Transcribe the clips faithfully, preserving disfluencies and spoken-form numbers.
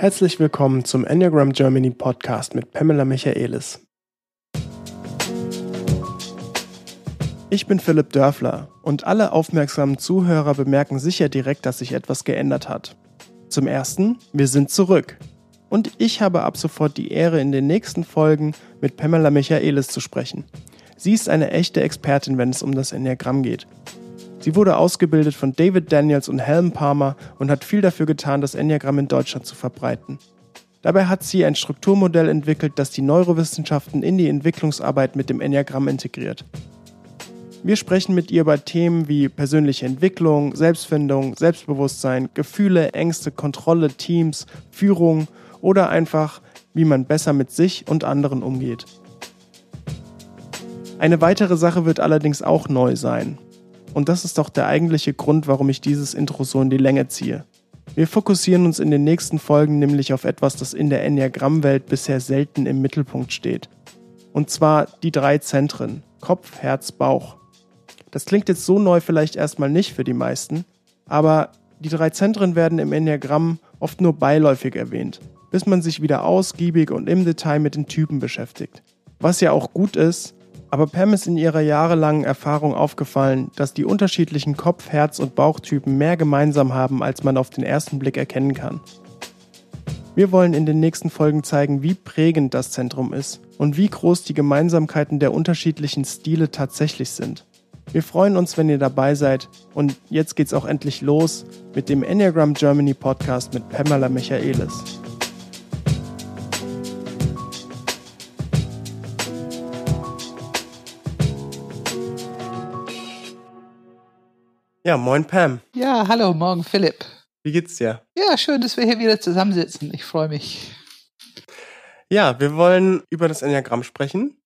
Herzlich willkommen zum Enneagram Germany Podcast mit Pamela Michaelis. Ich bin Philipp Dörfler und alle aufmerksamen Zuhörer bemerken sicher direkt, dass sich etwas geändert hat. Zum Ersten, wir sind zurück. Und ich habe ab sofort die Ehre, in den nächsten Folgen mit Pamela Michaelis zu sprechen. Sie ist eine echte Expertin, wenn es um das Enneagramm geht. Sie wurde ausgebildet von David Daniels und Helen Palmer und hat viel dafür getan, das Enneagramm in Deutschland zu verbreiten. Dabei hat sie ein Strukturmodell entwickelt, das die Neurowissenschaften in die Entwicklungsarbeit mit dem Enneagramm integriert. Wir sprechen mit ihr über Themen wie persönliche Entwicklung, Selbstfindung, Selbstbewusstsein, Gefühle, Ängste, Kontrolle, Teams, Führung oder einfach, wie man besser mit sich und anderen umgeht. Eine weitere Sache wird allerdings auch neu sein. Und das ist doch der eigentliche Grund, warum ich dieses Intro so in die Länge ziehe. Wir fokussieren uns in den nächsten Folgen nämlich auf etwas, das in der Enneagrammwelt bisher selten im Mittelpunkt steht. Und zwar die drei Zentren: Kopf, Herz, Bauch. Das klingt jetzt so neu vielleicht erstmal nicht für die meisten, aber die drei Zentren werden im Enneagramm oft nur beiläufig erwähnt, bis man sich wieder ausgiebig und im Detail mit den Typen beschäftigt. Was ja auch gut ist, aber Pam ist in ihrer jahrelangen Erfahrung aufgefallen, dass die unterschiedlichen Kopf-, Herz- und Bauchtypen mehr gemeinsam haben, als man auf den ersten Blick erkennen kann. Wir wollen in den nächsten Folgen zeigen, wie prägend das Zentrum ist und wie groß die Gemeinsamkeiten der unterschiedlichen Stile tatsächlich sind. Wir freuen uns, wenn ihr dabei seid, und jetzt geht's auch endlich los mit dem Enneagram Germany Podcast mit Pamela Michaelis. Ja, moin Pam. Ja, hallo, morgen Philipp. Wie geht's dir? Ja, schön, dass wir hier wieder zusammensitzen. Ich freue mich. Ja, wir wollen über das Enneagramm sprechen,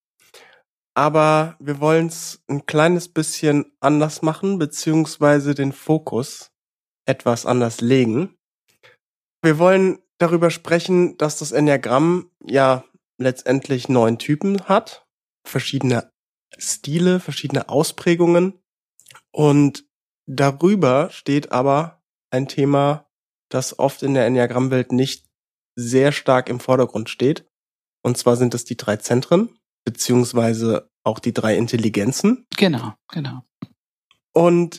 aber wir wollen es ein kleines bisschen anders machen, beziehungsweise den Fokus etwas anders legen. Wir wollen darüber sprechen, dass das Enneagramm ja letztendlich neun Typen hat, verschiedene Stile, verschiedene Ausprägungen, und darüber steht aber ein Thema, das oft in der Enneagrammwelt nicht sehr stark im Vordergrund steht. Und zwar sind es die drei Zentren, beziehungsweise auch die drei Intelligenzen. Genau, genau. Und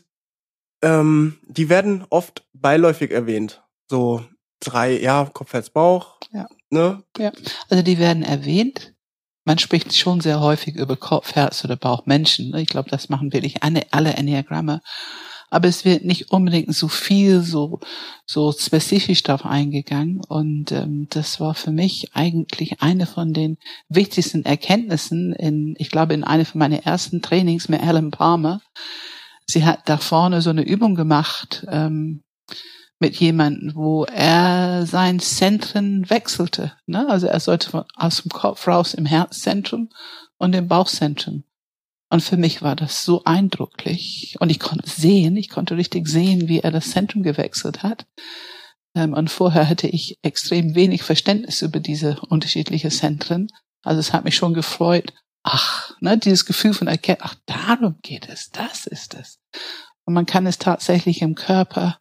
ähm, die werden oft beiläufig erwähnt. So drei, ja, Kopf, Herz, Bauch. Ja. Ne? Ja, also die werden erwähnt. Man spricht schon sehr häufig über Kopf, Herz oder Bauch Menschen. Ich glaube, das machen wirklich alle, alle Enneagramme. Aber es wird nicht unbedingt so viel, so so spezifisch darauf eingegangen. Und ähm, das war für mich eigentlich eine von den wichtigsten Erkenntnissen in, ich glaube, in einer von meinen ersten Trainings mit Helen Palmer. Sie hat da vorne so eine Übung gemacht ähm, mit jemandem, wo er sein Zentren wechselte. Ne? Also er sollte von, aus dem Kopf raus im Herzzentrum und im Bauchzentrum. Und für mich war das so eindrücklich. Und ich konnte sehen, ich konnte richtig sehen, wie er das Zentrum gewechselt hat. Und vorher hatte ich extrem wenig Verständnis über diese unterschiedlichen Zentren. Also es hat mich schon gefreut. Ach, ne, dieses Gefühl von Erkennen, ach, darum geht es, das ist es. Und man kann es tatsächlich im Körper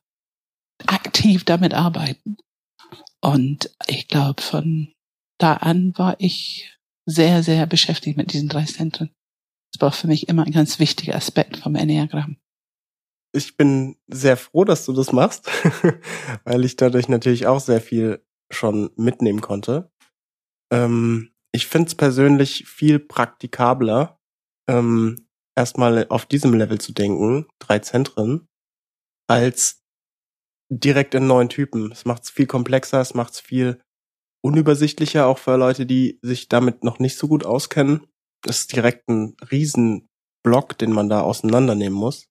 aktiv damit arbeiten. Und ich glaube, von da an war ich sehr, sehr beschäftigt mit diesen drei Zentren. Das war für mich immer ein ganz wichtiger Aspekt vom Enneagramm. Ich bin sehr froh, dass du das machst, weil ich dadurch natürlich auch sehr viel schon mitnehmen konnte. Ähm, ich finde es persönlich viel praktikabler, ähm, erstmal auf diesem Level zu denken, drei Zentren, als direkt in neun Typen. Es macht es viel komplexer, es macht es viel unübersichtlicher, auch für Leute, die sich damit noch nicht so gut auskennen. Das ist direkt ein Riesenblock, den man da auseinandernehmen muss.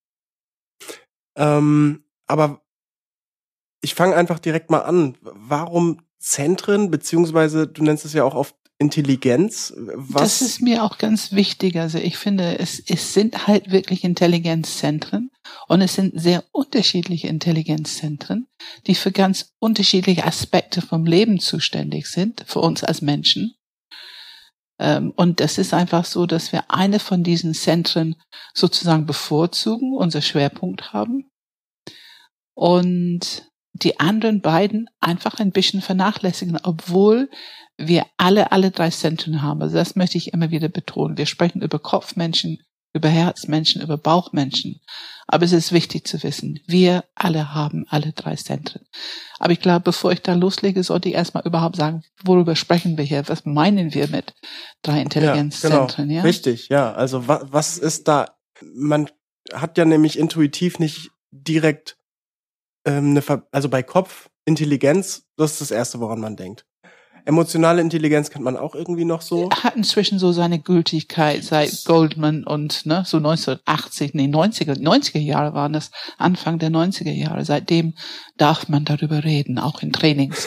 Ähm, aber ich fange einfach direkt mal an. Warum Zentren, beziehungsweise du nennst es ja auch oft Intelligenz? Was? Das ist mir auch ganz wichtig. Also ich finde, es, es sind halt wirklich Intelligenzzentren und es sind sehr unterschiedliche Intelligenzzentren, die für ganz unterschiedliche Aspekte vom Leben zuständig sind, für uns als Menschen. Und das ist einfach so, dass wir eine von diesen Zentren sozusagen bevorzugen, unser Schwerpunkt haben. Und die anderen beiden einfach ein bisschen vernachlässigen, obwohl wir alle, alle drei Zentren haben. Also das möchte ich immer wieder betonen. Wir sprechen über Kopfmenschen, über Herzmenschen, über Bauchmenschen. Aber es ist wichtig zu wissen, wir alle haben alle drei Zentren. Aber ich glaube, bevor ich da loslege, sollte ich erstmal überhaupt sagen, worüber sprechen wir hier? Was meinen wir mit drei Intelligenzzentren? Ja, genau. Ja? Richtig, ja. Also was, was ist da? Man hat ja nämlich intuitiv nicht direkt ähm, eine Ver- also bei Kopf, Intelligenz, das ist das Erste, woran man denkt. Emotionale Intelligenz kennt man auch irgendwie noch so. Hat inzwischen so seine Gültigkeit seit Goldman und ne, so neunzehnhundertachtzig, nee, neunziger, neunziger Jahre waren das, Anfang der neunziger Jahre. Seitdem darf man darüber reden, auch in Trainings.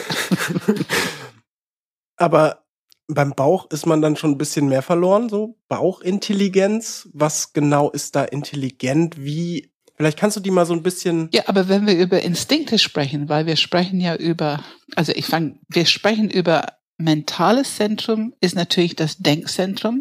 Aber beim Bauch ist man dann schon ein bisschen mehr verloren, so Bauchintelligenz. Was genau ist da intelligent? Wie? Vielleicht kannst du die mal so ein bisschen... Ja, aber wenn wir über Instinkte sprechen, weil wir sprechen ja über, also ich fange, wir sprechen über mentales Zentrum, ist natürlich das Denkzentrum.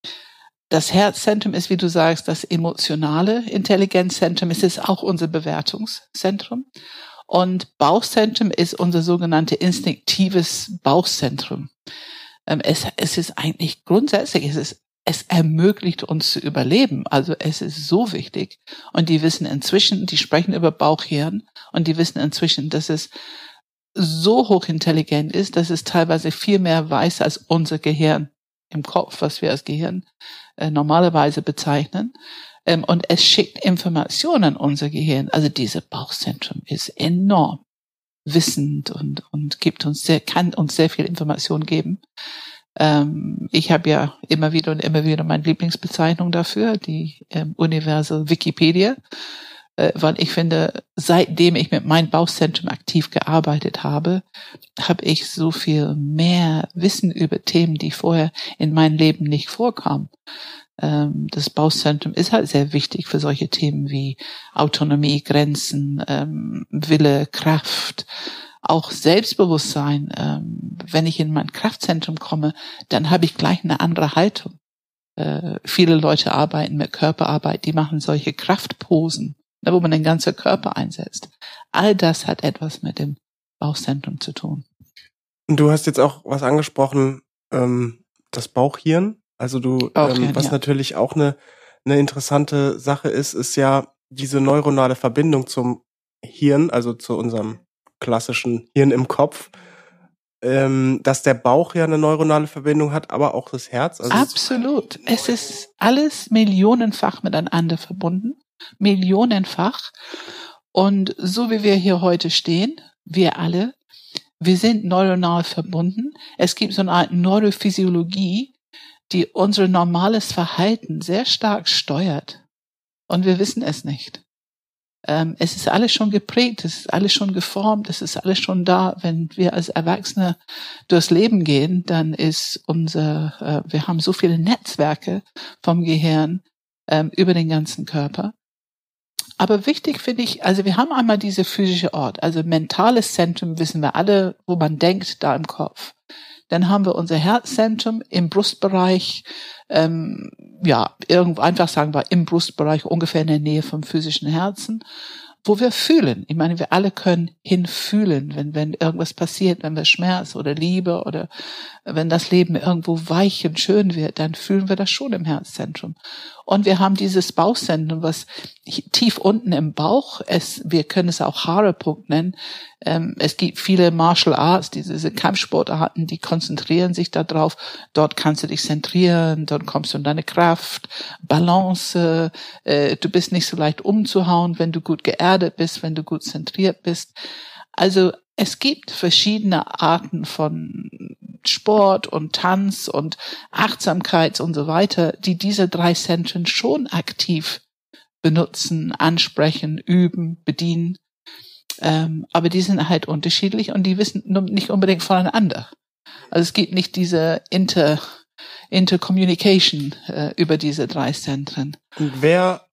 Das Herzzentrum ist, wie du sagst, das emotionale Intelligenzzentrum. Es ist auch unser Bewertungszentrum. Und Bauchzentrum ist unser sogenanntes instinktives Bauchzentrum. Ähm, es, es ist eigentlich grundsätzlich, es ist Es ermöglicht uns zu überleben. Also es ist so wichtig. Und die wissen inzwischen, die sprechen über Bauchhirn und die wissen inzwischen, dass es so hochintelligent ist, dass es teilweise viel mehr weiß als unser Gehirn im Kopf, was wir als Gehirn äh, normalerweise bezeichnen. Ähm, und es schickt Informationen an unser Gehirn. Also dieses Bauchzentrum ist enorm wissend und, und gibt uns sehr, kann uns sehr viel Information geben. Ähm, ich habe ja immer wieder und immer wieder meine Lieblingsbezeichnung dafür, die ähm, Universal Wikipedia, äh, weil ich finde, seitdem ich mit meinem Bauchzentrum aktiv gearbeitet habe, habe ich so viel mehr Wissen über Themen, die vorher in meinem Leben nicht vorkamen. Ähm, das Bauchzentrum ist halt sehr wichtig für solche Themen wie Autonomie, Grenzen, ähm, Wille, Kraft, auch Selbstbewusstsein. Ähm, wenn ich in mein Kraftzentrum komme, dann habe ich gleich eine andere Haltung. Äh, viele Leute arbeiten mit Körperarbeit, die machen solche Kraftposen, da wo man den ganzen Körper einsetzt. All das hat etwas mit dem Bauchzentrum zu tun. Und du hast jetzt auch was angesprochen, ähm, das Bauchhirn. Also du, Bauchhirn, ähm, was ja. natürlich auch eine eine interessante Sache ist, ist ja diese neuronale Verbindung zum Hirn, also zu unserem klassischen Hirn im Kopf, ähm, dass der Bauch ja eine neuronale Verbindung hat, aber auch das Herz. Also Absolut. Es ist alles millionenfach miteinander verbunden. Millionenfach. Und so wie wir hier heute stehen, wir alle, wir sind neuronal verbunden. Es gibt so eine Art Neurophysiologie, die unser normales Verhalten sehr stark steuert. Und wir wissen es nicht. Ähm, es ist alles schon geprägt, es ist alles schon geformt, es ist alles schon da. Wenn wir als Erwachsene durchs Leben gehen, dann ist unser, äh, wir haben so viele Netzwerke vom Gehirn ähm, über den ganzen Körper. Aber wichtig finde ich, also wir haben einmal diese physische Ort, also mentales Zentrum wissen wir alle, wo man denkt, da im Kopf. Dann haben wir unser Herzzentrum im Brustbereich, ähm, ja, irgendwo einfach sagen wir im Brustbereich, ungefähr in der Nähe vom physischen Herzen, wo wir fühlen. Ich meine, wir alle können hinfühlen, wenn, wenn irgendwas passiert, wenn wir Schmerz oder Liebe oder wenn das Leben irgendwo weich und schön wird, dann fühlen wir das schon im Herzzentrum. Und wir haben dieses Bauchzentrum, was tief unten im Bauch, es, wir können es auch Haarepunkt nennen. Ähm, es gibt viele Martial Arts, diese Kampfsportarten, die konzentrieren sich darauf. Dort kannst du dich zentrieren, dort kommst du in deine Kraft, Balance, äh, du bist nicht so leicht umzuhauen, wenn du gut geerdet bist, wenn du gut zentriert bist. Also es gibt verschiedene Arten von Sport und Tanz und Achtsamkeit und so weiter, die diese drei Zentren schon aktiv benutzen, ansprechen, üben, bedienen. Ähm, aber die sind halt unterschiedlich und die wissen nicht unbedingt voneinander. Also es gibt nicht diese Inter, Intercommunication äh, über diese drei Zentren. Und wer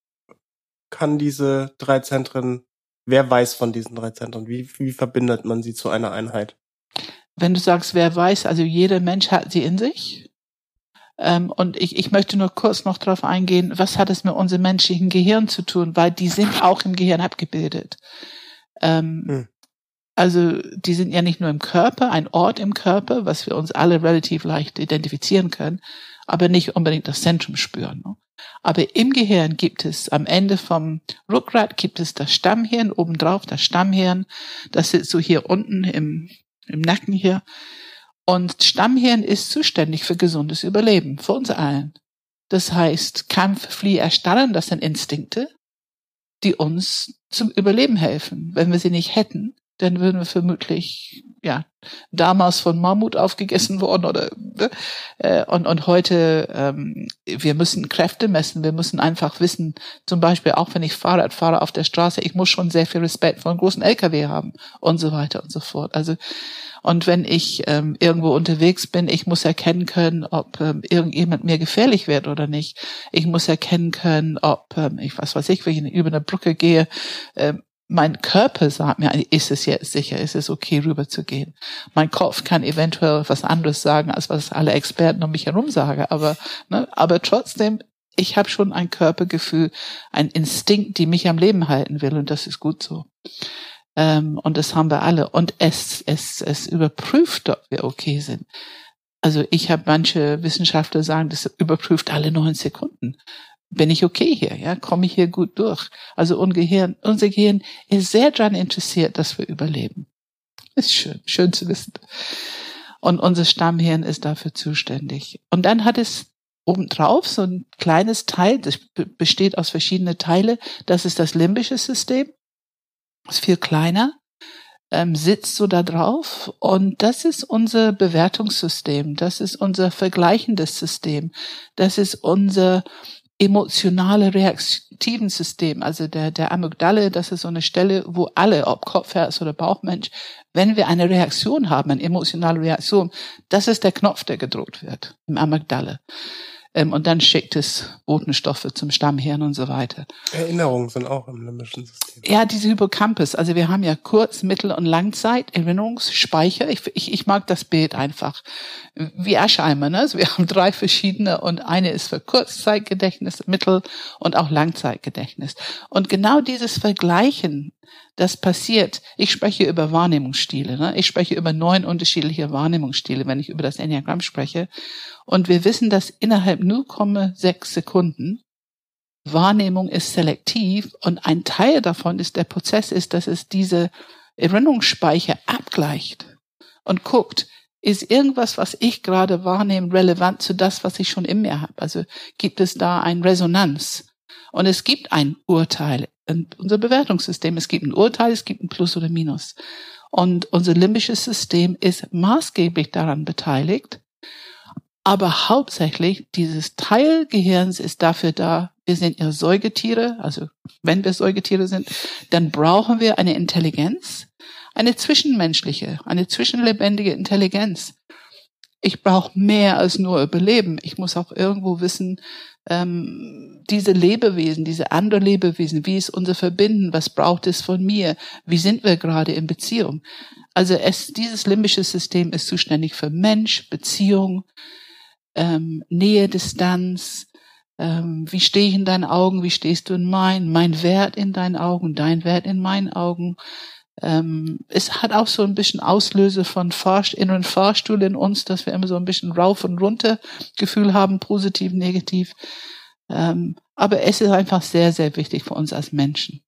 kann diese drei Zentren, wer weiß von diesen drei Zentren? Wie, wie verbindet man sie zu einer Einheit? Wenn du sagst, wer weiß, also jeder Mensch hat sie in sich. Ähm, und ich, ich möchte nur kurz noch darauf eingehen, was hat es mit unserem menschlichen Gehirn zu tun, weil die sind auch im Gehirn abgebildet. Ähm, hm. Also die sind ja nicht nur im Körper, ein Ort im Körper, was wir uns alle relativ leicht identifizieren können, aber nicht unbedingt das Zentrum spüren. Ne? Aber im Gehirn gibt es am Ende vom Rückgrat gibt es das Stammhirn, obendrauf das Stammhirn, das sitzt so hier unten im, im Nacken hier. Und Stammhirn ist zuständig für gesundes Überleben, für uns allen. Das heißt, Kampf, Flieh, Erstarren, das sind Instinkte, die uns zum Überleben helfen. Wenn wir sie nicht hätten, dann würden wir vermutlich, ja, damals von Mammut aufgegessen worden oder, äh, und, und heute, ähm, wir müssen Kräfte messen, wir müssen einfach wissen, zum Beispiel auch wenn ich Fahrrad fahre auf der Straße, ich muss schon sehr viel Respekt vor einem großen L K W haben und so weiter und so fort. Also, und wenn ich ähm, irgendwo unterwegs bin, ich muss erkennen können, ob ähm, irgendjemand mir gefährlich wird oder nicht. Ich muss erkennen können, ob, ähm, ich was weiß ich, wenn ich über eine Brücke gehe, ähm, mein Körper sagt mir, ist es jetzt sicher, ist es okay, rüberzugehen. Mein Kopf kann eventuell was anderes sagen, als was alle Experten um mich herum sagen, aber, ne, aber trotzdem, ich habe schon ein Körpergefühl, ein Instinkt, die mich am Leben halten will, und das ist gut so. Ähm, und das haben wir alle. Und es, es, es überprüft, ob wir okay sind. Also ich habe manche Wissenschaftler sagen, das überprüft alle neun Sekunden. Bin ich okay hier, ja? Komme ich hier gut durch? Also unser Gehirn, unser Gehirn ist sehr daran interessiert, dass wir überleben. Ist schön, schön zu wissen. Und unser Stammhirn ist dafür zuständig. Und dann hat es obendrauf so ein kleines Teil, das besteht aus verschiedenen Teilen. Das ist das limbische System. Ist viel kleiner, ähm, sitzt so da drauf. Und das ist unser Bewertungssystem. Das ist unser vergleichendes System. Das ist unser emotionale reaktiven System, also der, der Amygdala, das ist so eine Stelle, wo alle, ob Kopf, Herz oder Bauchmensch, wenn wir eine Reaktion haben, eine emotionale Reaktion, das ist der Knopf, der gedrückt wird im Amygdala. Ähm, und dann schickt es Botenstoffe zum Stammhirn und so weiter. Erinnerungen sind auch im limbischen System. Ja, diese Hippocampus. Also wir haben ja Kurz-, Mittel- und Langzeit Erinnerungsspeicher. Ich, ich, ich mag das Bild einfach. Wie Ascheimer, ne? Also wir haben drei verschiedene und eine ist für Kurzzeitgedächtnis, Mittel- und auch Langzeitgedächtnis. Und genau dieses Vergleichen, das passiert. Ich spreche über Wahrnehmungsstile, ne? Ich spreche über neun unterschiedliche Wahrnehmungsstile, wenn ich über das Enneagramm spreche. Und wir wissen, dass innerhalb null Komma sechs Sekunden Wahrnehmung ist selektiv und ein Teil davon ist, der Prozess ist, dass es diese Erinnerungsspeicher abgleicht und guckt, ist irgendwas, was ich gerade wahrnehme, relevant zu das, was ich schon in mir habe? Also gibt es da eine Resonanz? Und es gibt ein Urteil in unser Bewertungssystem. Es gibt ein Urteil, es gibt ein Plus oder Minus. Und unser limbisches System ist maßgeblich daran beteiligt. Aber hauptsächlich dieses Teil Gehirns ist dafür da, wir sind ja Säugetiere, also wenn wir Säugetiere sind, dann brauchen wir eine Intelligenz, eine zwischenmenschliche, eine zwischenlebendige Intelligenz. Ich brauche mehr als nur Überleben. Ich muss auch irgendwo wissen, ähm, diese Lebewesen, diese anderen Lebewesen, wie ist unser Verbinden, was braucht es von mir, wie sind wir gerade in Beziehung. Also es, dieses limbische System ist zuständig für Mensch, Beziehung, ähm, Nähe, Distanz, ähm, wie stehe ich in deinen Augen, wie stehst du in meinen, mein Wert in deinen Augen, dein Wert in meinen Augen. Ähm, es hat auch so ein bisschen Auslöse von Fahrst- inneren Fahrstuhl in uns, dass wir immer so ein bisschen rauf und runter Gefühl haben, positiv, negativ. Ähm, aber es ist einfach sehr, sehr wichtig für uns als Menschen.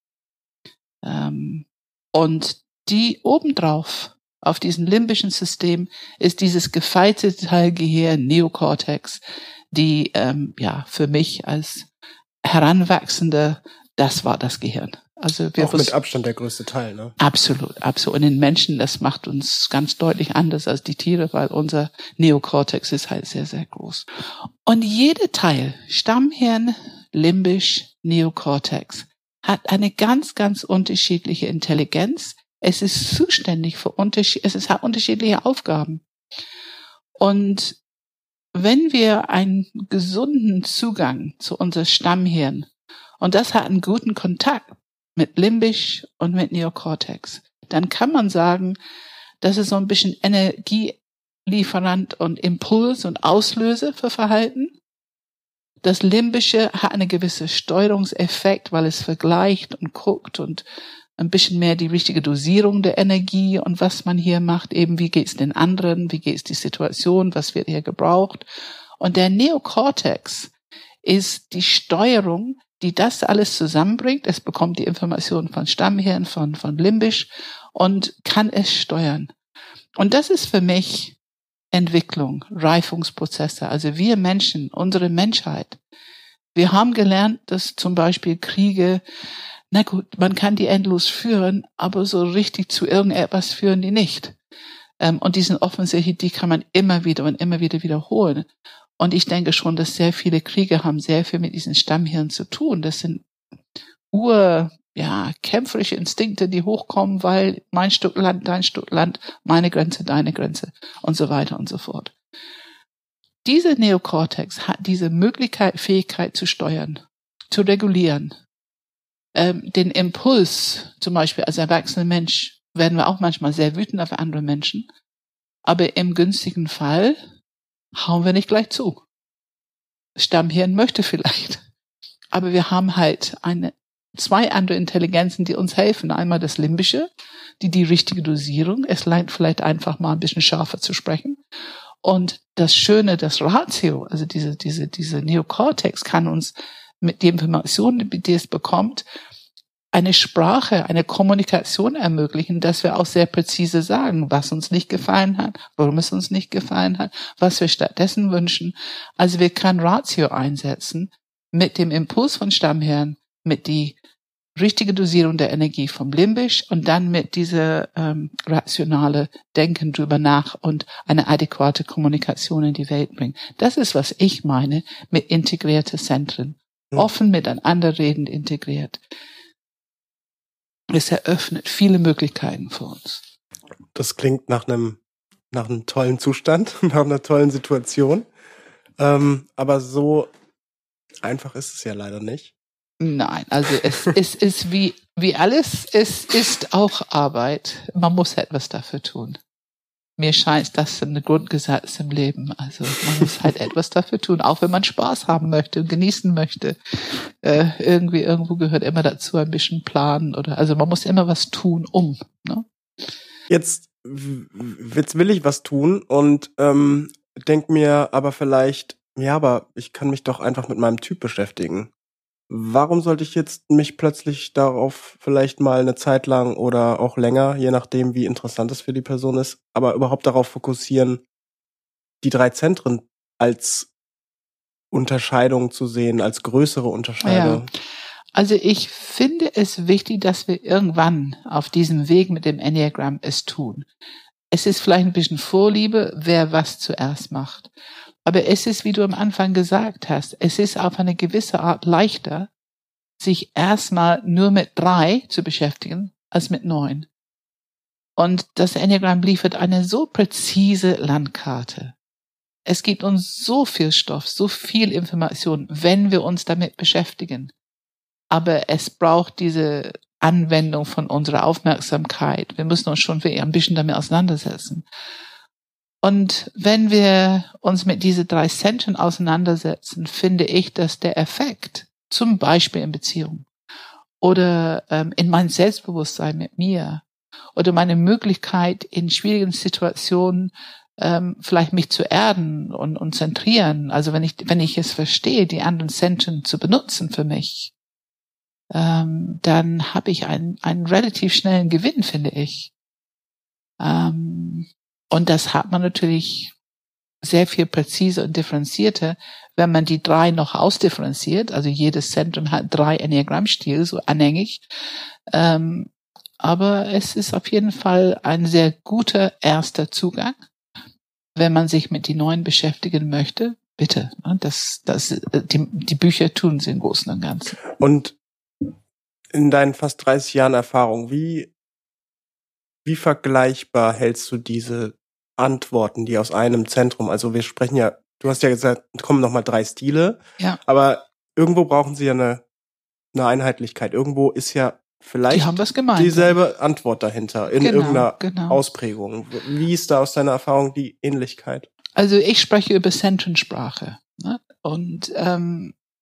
Ähm, und die obendrauf, auf diesem limbischen System, ist dieses gefeilte Teil Gehirn, Neokortex, die, ähm, ja, für mich als Heranwachsende, das war das Gehirn. Also wir auch mit Abstand der größte Teil, ne? Absolut, absolut. Und in Menschen, das macht uns ganz deutlich anders als die Tiere, weil unser Neokortex ist halt sehr, sehr groß. Und jeder Teil, Stammhirn, limbisch, Neokortex, hat eine ganz, ganz unterschiedliche Intelligenz. Es ist zuständig für Unterschied, es hat unterschiedliche Aufgaben. Und wenn wir einen gesunden Zugang zu unserem Stammhirn, und das hat einen guten Kontakt mit limbisch und mit Neokortex, dann kann man sagen, das ist so ein bisschen Energielieferant und Impuls und Auslöser für Verhalten. Das Limbische hat eine gewisse Steuerungseffekt, weil es vergleicht und guckt und ein bisschen mehr die richtige Dosierung der Energie und was man hier macht, eben wie geht's den anderen, wie geht's die Situation, was wird hier gebraucht. Und der Neokortex ist die Steuerung, die das alles zusammenbringt. Es bekommt die Informationen von Stammhirn, von, von limbisch und kann es steuern. Und das ist für mich Entwicklung, Reifungsprozesse. Also wir Menschen, unsere Menschheit, wir haben gelernt, dass zum Beispiel Kriege, na gut, man kann die endlos führen, aber so richtig zu irgendetwas führen die nicht. Und die sind offensichtlich, die kann man immer wieder und immer wieder wiederholen. Und ich denke schon, dass sehr viele Kriege haben sehr viel mit diesen Stammhirn zu tun. Das sind ur, ja, kämpferische Instinkte, die hochkommen, weil mein Stück Land, dein Stück Land, meine Grenze, deine Grenze und so weiter und so fort. Dieser Neokortex hat diese Möglichkeit, Fähigkeit zu steuern, zu regulieren. Ähm, den Impuls, zum Beispiel als erwachsener Mensch, werden wir auch manchmal sehr wütend auf andere Menschen. Aber im günstigen Fall hauen wir nicht gleich zu. Stammhirn möchte vielleicht. Aber wir haben halt eine, zwei andere Intelligenzen, die uns helfen. Einmal das Limbische, die die richtige Dosierung. Es lernt vielleicht einfach mal ein bisschen scharfer zu sprechen. Und das Schöne, das Ratio, also diese, diese, diese Neokortex kann uns mit den Informationen, die es bekommt, eine Sprache, eine Kommunikation ermöglichen, dass wir auch sehr präzise sagen, was uns nicht gefallen hat, warum es uns nicht gefallen hat, was wir stattdessen wünschen. Also wir können Ratio einsetzen mit dem Impuls von Stammhirn, mit die richtige Dosierung der Energie vom Limbisch und dann mit dieser ähm, rationale Denken drüber nach und eine adäquate Kommunikation in die Welt bringen. Das ist, was ich meine mit integrierte Zentren. Hm. Offen miteinander redend integriert. Es eröffnet viele Möglichkeiten für uns. Das klingt nach einem, nach einem tollen Zustand, nach einer tollen Situation. Ähm, aber so einfach ist es ja leider nicht. Nein, also es, es ist wie, wie alles, es ist auch Arbeit. Man muss etwas dafür tun. Mir scheint, das ist ein Grundgesetz im Leben. Also man muss halt etwas dafür tun, auch wenn man Spaß haben möchte und genießen möchte. Äh, irgendwie, irgendwo gehört immer dazu ein bisschen planen oder, also man muss immer was tun, um. Ne? Jetzt, jetzt will ich was tun und ähm, denk mir aber vielleicht, ja, aber ich kann mich doch einfach mit meinem Typ beschäftigen. Warum sollte ich jetzt mich plötzlich darauf vielleicht mal eine Zeit lang oder auch länger, je nachdem, wie interessant es für die Person ist, aber überhaupt darauf fokussieren, die drei Zentren als Unterscheidung zu sehen, als größere Unterscheidung? Ja. Also ich finde es wichtig, dass wir irgendwann auf diesem Weg mit dem Enneagramm es tun. Es ist vielleicht ein bisschen Vorliebe, wer was zuerst macht. Aber es ist, wie du am Anfang gesagt hast, es ist auf eine gewisse Art leichter, sich erstmal nur mit drei zu beschäftigen, als mit neun. Und das Enneagramm liefert eine so präzise Landkarte. Es gibt uns so viel Stoff, so viel Information, wenn wir uns damit beschäftigen. Aber es braucht diese Anwendung von unserer Aufmerksamkeit. Wir müssen uns schon wirklich ein bisschen damit auseinandersetzen. Und wenn wir uns mit diesen drei Zentren auseinandersetzen, finde ich, dass der Effekt, zum Beispiel in Beziehung oder ähm, in mein Selbstbewusstsein mit mir oder meine Möglichkeit in schwierigen Situationen ähm, vielleicht mich zu erden und, und zentrieren, also wenn ich wenn ich es verstehe, die anderen Zentren zu benutzen für mich, ähm, dann habe ich einen einen relativ schnellen Gewinn, finde ich. Ähm, Und das hat man natürlich sehr viel präziser und differenzierter, wenn man die drei noch ausdifferenziert. Also jedes Zentrum hat drei Enneagrammstil, so anhängig. Ähm, aber es ist auf jeden Fall ein sehr guter erster Zugang. Wenn man sich mit die neuen beschäftigen möchte, bitte. Das, das, die, die Bücher tun sie im Großen und Ganzen. Und in deinen fast dreißig Jahren Erfahrung, wie, wie vergleichbar hältst du diese Antworten, die aus einem Zentrum, also wir sprechen ja, du hast ja gesagt, kommen nochmal drei Stile, ja. Aber irgendwo brauchen sie ja eine, eine Einheitlichkeit. Irgendwo ist ja vielleicht die haben was gemeint, dieselbe Antwort dahinter, in genau, irgendeiner genau. Ausprägung. Wie ist da aus deiner Erfahrung die Ähnlichkeit? Also ich spreche über Zentrensprache. Ne? Und ähm,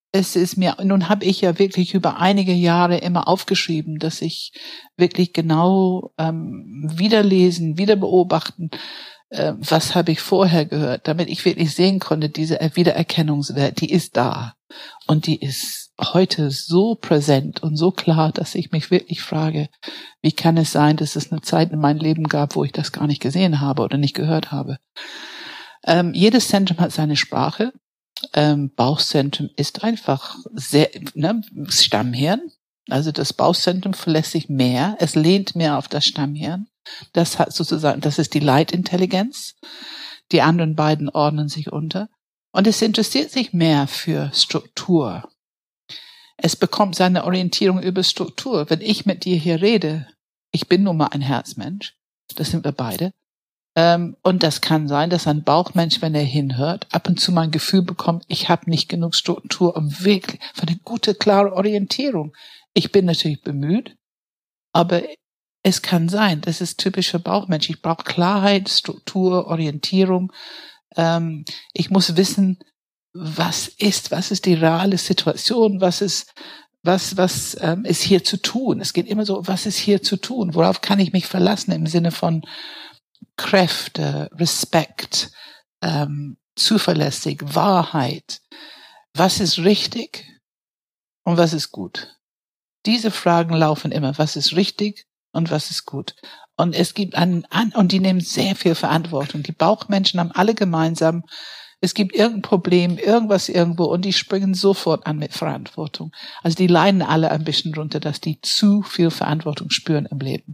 es ist mir, nun habe ich ja wirklich über einige Jahre immer aufgeschrieben, dass ich wirklich genau ähm, wiederlesen, wieder beobachten, äh, was habe ich vorher gehört, damit ich wirklich sehen konnte, diese Wiedererkennungswert, die ist da. Und die ist heute so präsent und so klar, dass ich mich wirklich frage, wie kann es sein, dass es eine Zeit in meinem Leben gab, wo ich das gar nicht gesehen habe oder nicht gehört habe. Ähm, jedes Zentrum hat seine Sprache. Ähm, Bauchzentrum ist einfach sehr, ne, Stammhirn. Also das Bauchzentrum verlässt sich mehr. Es lehnt mehr auf das Stammhirn. Das hat sozusagen, das ist die Leitintelligenz. Die anderen beiden ordnen sich unter. Und es interessiert sich mehr für Struktur. Es bekommt seine Orientierung über Struktur. Wenn ich mit dir hier rede, ich bin nun mal ein Herzmensch. Das sind wir beide. Ähm, und das kann sein, dass ein Bauchmensch, wenn er hinhört, ab und zu mal ein Gefühl bekommt, ich habe nicht genug Struktur, um wirklich für eine gute, klare Orientierung. Ich bin natürlich bemüht, aber es kann sein, das ist typisch für Bauchmensch. Ich brauche Klarheit, Struktur, Orientierung. Ähm, ich muss wissen, was ist, was ist die reale Situation, was ist, was, was ähm, ist hier zu tun. Es geht immer so, was ist hier zu tun? Worauf kann ich mich verlassen im Sinne von Kräfte, Respekt, ähm, zuverlässig, Wahrheit. Was ist richtig und was ist gut? Diese Fragen laufen immer. Was ist richtig und was ist gut? Und es gibt einen, an, und die nehmen sehr viel Verantwortung. Die Bauchmenschen haben alle gemeinsam, es gibt irgendein Problem, irgendwas irgendwo und die springen sofort an mit Verantwortung. Also die leiden alle ein bisschen drunter, dass die zu viel Verantwortung spüren im Leben.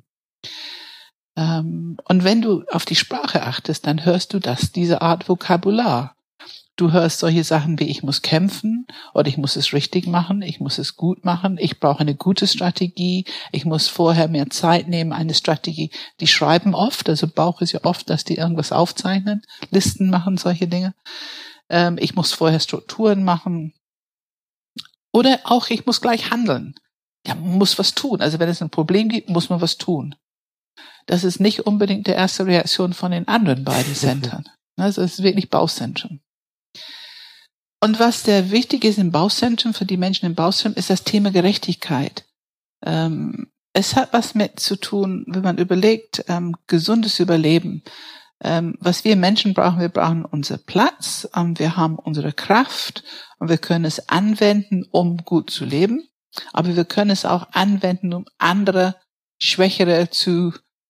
Und wenn du auf die Sprache achtest, dann hörst du das, diese Art Vokabular. Du hörst solche Sachen wie ich muss kämpfen oder ich muss es richtig machen, ich muss es gut machen, ich brauche eine gute Strategie, ich muss vorher mehr Zeit nehmen, eine Strategie. Die schreiben oft, also Bauch ist ja oft, dass die irgendwas aufzeichnen, Listen machen, solche Dinge. Ich muss vorher Strukturen machen oder auch ich muss gleich handeln. Ja, man muss was tun. Also wenn es ein Problem gibt, muss man was tun. Das ist nicht unbedingt die erste Reaktion von den anderen beiden Zentren. Also es ist wirklich Bauchzentrum. Und was sehr wichtig ist im Bauchzentrum, für die Menschen im Bauchzentrum, ist das Thema Gerechtigkeit. Ähm, es hat was mit zu tun, wenn man überlegt, ähm, gesundes Überleben. Ähm, was wir Menschen brauchen, wir brauchen unseren Platz, ähm, wir haben unsere Kraft und wir können es anwenden, um gut zu leben. Aber wir können es auch anwenden, um andere Schwächere zu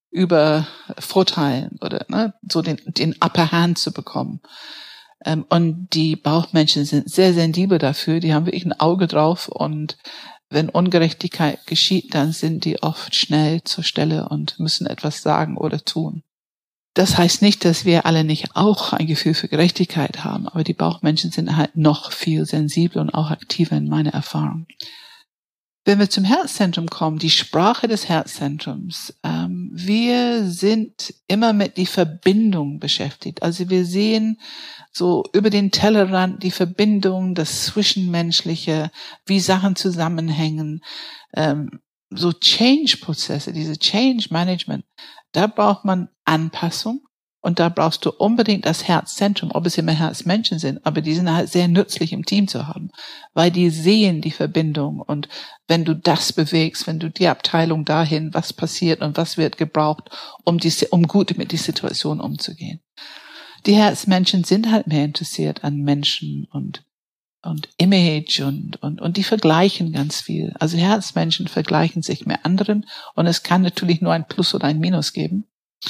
übervorteilen oder ne, so den, den Upper Hand zu bekommen. Ähm, und die Bauchmenschen sind sehr sensibel dafür, die haben wirklich ein Auge drauf und wenn Ungerechtigkeit geschieht, dann sind die oft schnell zur Stelle und müssen etwas sagen oder tun. Das heißt nicht, dass wir alle nicht auch ein Gefühl für Gerechtigkeit haben, aber die Bauchmenschen sind halt noch viel sensibler und auch aktiver in meiner Erfahrung. Wenn wir zum Herzzentrum kommen, die Sprache des Herzzentrums, ähm, wir sind immer mit die Verbindung beschäftigt. Also wir sehen so über den Tellerrand die Verbindung, das Zwischenmenschliche, wie Sachen zusammenhängen, ähm, so Change-Prozesse, diese Change-Management, da braucht man Anpassung. Und da brauchst du unbedingt das Herzzentrum, ob es immer Herzmenschen sind, aber die sind halt sehr nützlich im Team zu haben, weil die sehen die Verbindung und wenn du das bewegst, wenn du die Abteilung dahin, was passiert und was wird gebraucht, um die, um gut mit der Situation umzugehen. Die Herzmenschen sind halt mehr interessiert an Menschen und und Image und und und die vergleichen ganz viel. Also Herzmenschen vergleichen sich mit anderen und es kann natürlich nur ein Plus oder ein Minus geben.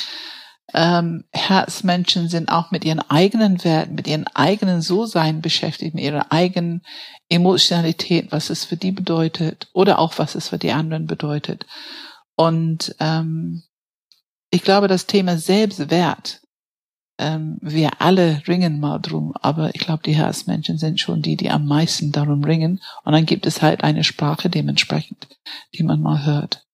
Ähm, Herzmenschen sind auch mit ihren eigenen Werten, mit ihren eigenen So-Sein beschäftigt, mit ihrer eigenen Emotionalität, was es für die bedeutet oder auch was es für die anderen bedeutet. Und ähm, ich glaube, das Thema Selbstwert, ähm, wir alle ringen mal drum, aber ich glaube, die Herzmenschen sind schon die, die am meisten darum ringen. Und dann gibt es halt eine Sprache dementsprechend, die man mal hört.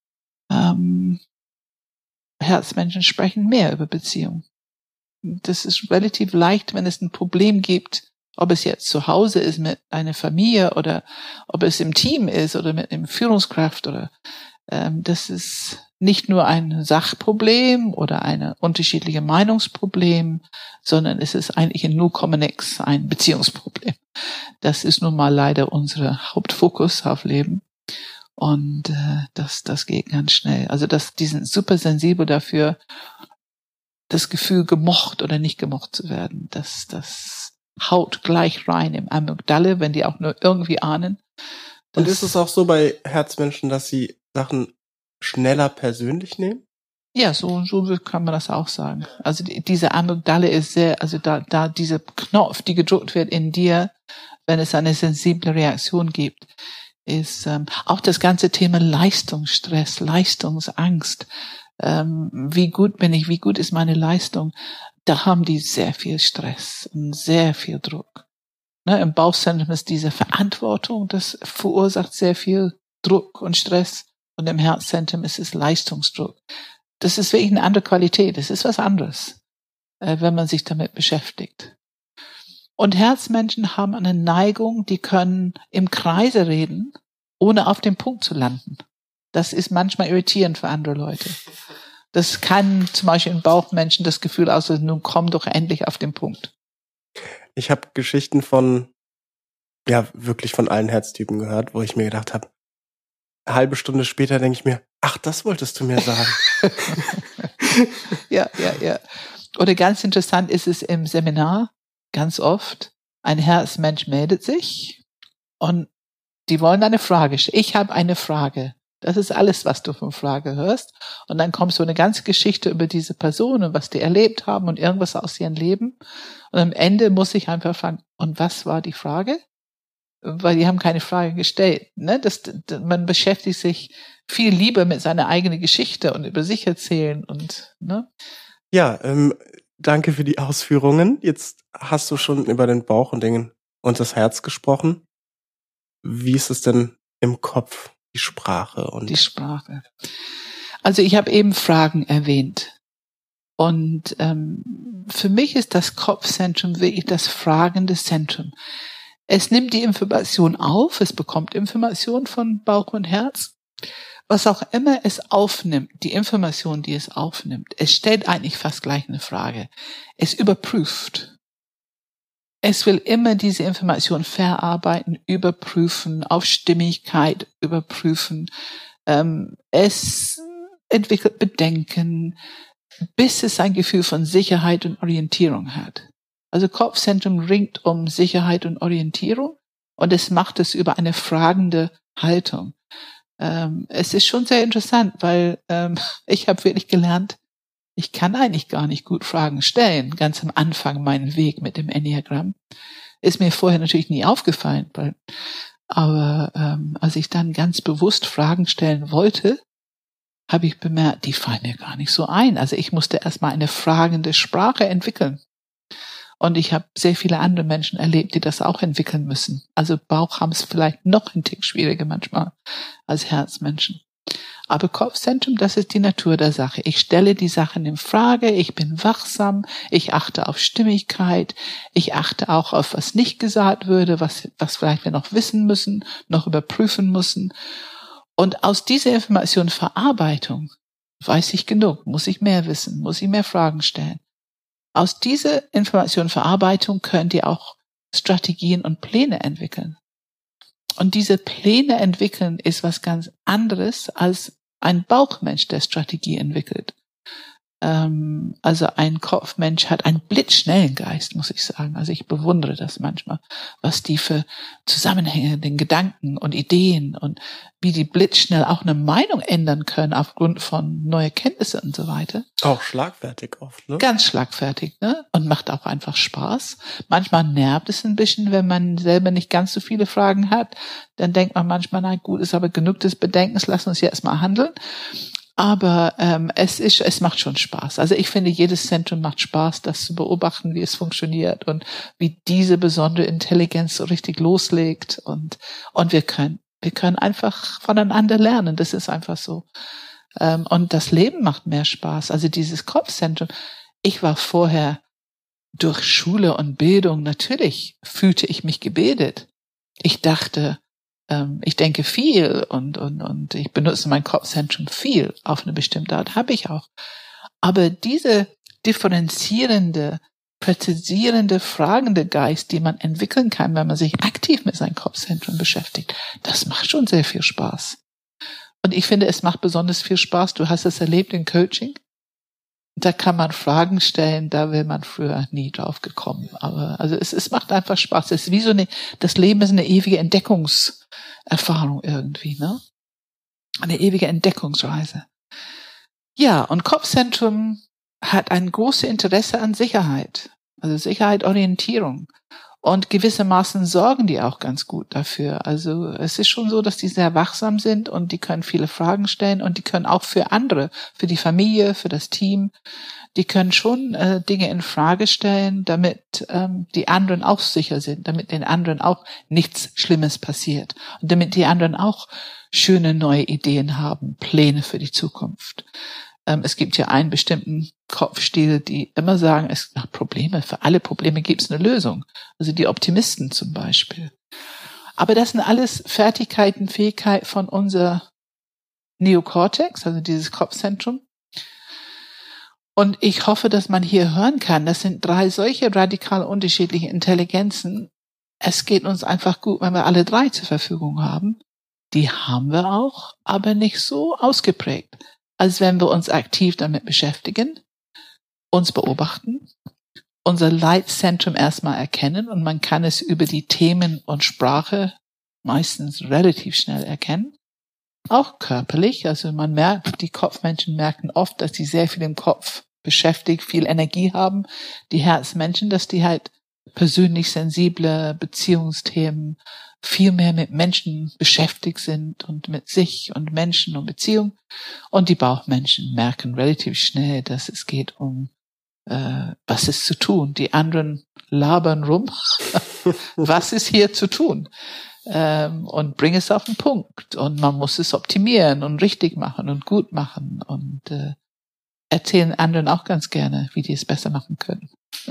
Ähm, Herzmenschen sprechen mehr über Beziehung. Das ist relativ leicht, wenn es ein Problem gibt, ob es jetzt zu Hause ist mit einer Familie oder ob es im Team ist oder mit einem Führungskraft oder ähm, das ist nicht nur ein Sachproblem oder ein unterschiedliches Meinungsproblem, sondern es ist eigentlich in null Komma nix ein Beziehungsproblem. Das ist nun mal leider unser Hauptfokus auf Leben. Und äh, das, das geht ganz schnell. Also das, die sind super sensibel dafür, das Gefühl, gemocht oder nicht gemocht zu werden. Das, das haut gleich rein im Amygdala, wenn die auch nur irgendwie ahnen. Und ist es auch so bei Herzmenschen, dass sie Sachen schneller persönlich nehmen? Ja, so, so kann man das auch sagen. Also die, diese Amygdala ist sehr, also da, da dieser Knopf, die gedrückt wird in dir, wenn es eine sensible Reaktion gibt, ist ähm, auch das ganze Thema Leistungsstress, Leistungsangst. Ähm, wie gut bin ich, wie gut ist meine Leistung? Da haben die sehr viel Stress und sehr viel Druck. Ne, im Bauchzentrum ist diese Verantwortung, das verursacht sehr viel Druck und Stress. Und im Herzzentrum ist es Leistungsdruck. Das ist wirklich eine andere Qualität. Das ist was anderes, äh, wenn man sich damit beschäftigt. Und Herzmenschen haben eine Neigung, die können im Kreise reden, ohne auf den Punkt zu landen. Das ist manchmal irritierend für andere Leute. Das kann zum Beispiel im Bauchmenschen das Gefühl auslösen, nun komm doch endlich auf den Punkt. Ich habe Geschichten von, ja, wirklich von allen Herztypen gehört, wo ich mir gedacht habe, eine halbe Stunde später denke ich mir, ach, das wolltest du mir sagen. Ja, ja, ja. Oder ganz interessant ist es im Seminar, ganz oft, ein Herzmensch meldet sich und die wollen eine Frage stellen. Ich habe eine Frage. Das ist alles, was du von Frage hörst. Und dann kommt so eine ganze Geschichte über diese Person und was die erlebt haben und irgendwas aus ihrem Leben. Und am Ende muss ich einfach fragen, und was war die Frage? Weil die haben keine Frage gestellt. Ne? Das, das, man beschäftigt sich viel lieber mit seiner eigenen Geschichte und über sich erzählen. Und ne? Ja, ähm, danke für die Ausführungen. Jetzt hast du schon über den Bauch und Dingen und das Herz gesprochen. Wie ist es denn im Kopf, die Sprache? Und die Sprache. Also ich habe eben Fragen erwähnt. Und ähm, für mich ist das Kopfzentrum wirklich das fragende Zentrum. Es nimmt die Information auf, es bekommt Information von Bauch und Herz. Was auch immer es aufnimmt, die Information, die es aufnimmt, es stellt eigentlich fast gleich eine Frage. Es überprüft. Es will immer diese Information verarbeiten, überprüfen, auf Stimmigkeit überprüfen. Ähm, es entwickelt Bedenken, bis es ein Gefühl von Sicherheit und Orientierung hat. Also Kopfzentrum ringt um Sicherheit und Orientierung und es macht es über eine fragende Haltung. Ähm, es ist schon sehr interessant, weil ähm, ich habe wirklich gelernt, ich kann eigentlich gar nicht gut Fragen stellen. Ganz am Anfang meinen Weg mit dem Enneagramm ist mir vorher natürlich nie aufgefallen, weil, aber ähm, als ich dann ganz bewusst Fragen stellen wollte, habe ich bemerkt, die fallen mir gar nicht so ein. Also ich musste erstmal eine fragende Sprache entwickeln. Und ich habe sehr viele andere Menschen erlebt, die das auch entwickeln müssen. Also Bauch haben es vielleicht noch ein Tick schwieriger manchmal als Herzmenschen. Aber Kopfzentrum, das ist die Natur der Sache. Ich stelle die Sachen in Frage, ich bin wachsam, ich achte auf Stimmigkeit, ich achte auch auf, was nicht gesagt würde, was, was vielleicht wir noch wissen müssen, noch überprüfen müssen. Und aus dieser Informationsverarbeitung weiß ich genug, muss ich mehr wissen, muss ich mehr Fragen stellen. Aus dieser Informationsverarbeitung könnt ihr auch Strategien und Pläne entwickeln. Und diese Pläne entwickeln ist was ganz anderes als ein Bauchmensch, der Strategie entwickelt. Ähm, also ein Kopfmensch hat einen blitzschnellen Geist, muss ich sagen. Also ich bewundere das manchmal, was die für Zusammenhänge, den Gedanken und Ideen und wie die blitzschnell auch eine Meinung ändern können aufgrund von neuer Kenntnisse und so weiter. auch schlagfertig oft, ne? Ganz schlagfertig, ne? Und macht auch einfach Spaß. Manchmal nervt es ein bisschen, wenn man selber nicht ganz so viele Fragen hat. Dann denkt man manchmal, na gut, ist aber genug des Bedenkens, lass uns jetzt mal handeln. Aber ähm, es ist, es macht schon Spaß. Also ich finde, jedes Zentrum macht Spaß, das zu beobachten, wie es funktioniert und wie diese besondere Intelligenz so richtig loslegt. Und und wir können, wir können einfach voneinander lernen. Das ist einfach so. Ähm, und das Leben macht mehr Spaß. Also dieses Kopfzentrum. Ich war vorher durch Schule und Bildung, natürlich fühlte ich mich gebildet. Ich dachte, ähm, ich denke viel und, und, und ich benutze mein Kopfzentrum viel auf eine bestimmte Art, habe ich auch. Aber diese differenzierende präzisierende, fragende Geist, die man entwickeln kann, wenn man sich aktiv mit seinem Kopfzentrum beschäftigt, das macht schon sehr viel Spaß. Und ich finde, es macht besonders viel Spaß. Du hast es erlebt in Coaching. Da kann man Fragen stellen, da wäre man früher nie drauf gekommen. Aber also es, es macht einfach Spaß. Es ist wie so eine, das Leben ist eine ewige Entdeckungserfahrung irgendwie, ne? Eine ewige Entdeckungsreise. Ja, und Kopfzentrum hat ein großes Interesse an Sicherheit. Also Sicherheit, Orientierung. Und gewissermaßen sorgen die auch ganz gut dafür. Also es ist schon so, dass die sehr wachsam sind und die können viele Fragen stellen und die können auch für andere, für die Familie, für das Team, die können schon äh, Dinge in Frage stellen, damit ähm, die anderen auch sicher sind, damit den anderen auch nichts Schlimmes passiert und damit die anderen auch schöne neue Ideen haben, Pläne für die Zukunft. Ähm, es gibt ja einen bestimmten Kopfstil, die immer sagen, es gibt Probleme, für alle Probleme gibt es eine Lösung. Also die Optimisten zum Beispiel. Aber das sind alles Fertigkeiten, Fähigkeiten von unser Neokortex, also dieses Kopfzentrum. Und ich hoffe, dass man hier hören kann, das sind drei solche radikal unterschiedliche Intelligenzen. Es geht uns einfach gut, wenn wir alle drei zur Verfügung haben. Die haben wir auch, aber nicht so ausgeprägt, als wenn wir uns aktiv damit beschäftigen, uns beobachten, unser Leitzentrum erstmal erkennen und man kann es über die Themen und Sprache meistens relativ schnell erkennen. Auch körperlich, also man merkt, die Kopfmenschen merken oft, dass sie sehr viel im Kopf beschäftigt, viel Energie haben. Die Herzmenschen, dass die halt persönlich sensible Beziehungsthemen viel mehr mit Menschen beschäftigt sind und mit sich und Menschen und Beziehung. Und die Bauchmenschen merken relativ schnell, dass es geht um äh, was ist zu tun. Die anderen labern rum. Was ist hier zu tun? Ähm, und bring es auf den Punkt. Und man muss es optimieren und richtig machen und gut machen und äh, erzählen anderen auch ganz gerne, wie die es besser machen können.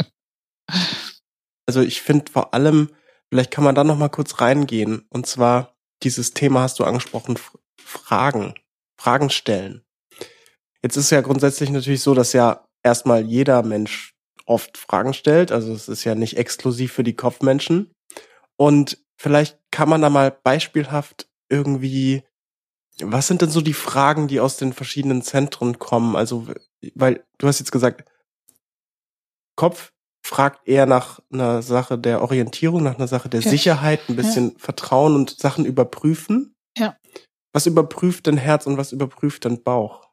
Also ich finde vor allem, vielleicht kann man da noch mal kurz reingehen. Und zwar, dieses Thema hast du angesprochen, Fragen. Fragen stellen. Jetzt ist ja grundsätzlich natürlich so, dass ja erstmal jeder Mensch oft Fragen stellt. Also es ist ja nicht exklusiv für die Kopfmenschen. Und vielleicht kann man da mal beispielhaft irgendwie, was sind denn so die Fragen, die aus den verschiedenen Zentren kommen? Also, weil du hast jetzt gesagt, Kopf fragt eher nach einer Sache der Orientierung, nach einer Sache der ja. Sicherheit, ein bisschen ja. Vertrauen und Sachen überprüfen. Ja. Was überprüft denn Herz und was überprüft denn Bauch?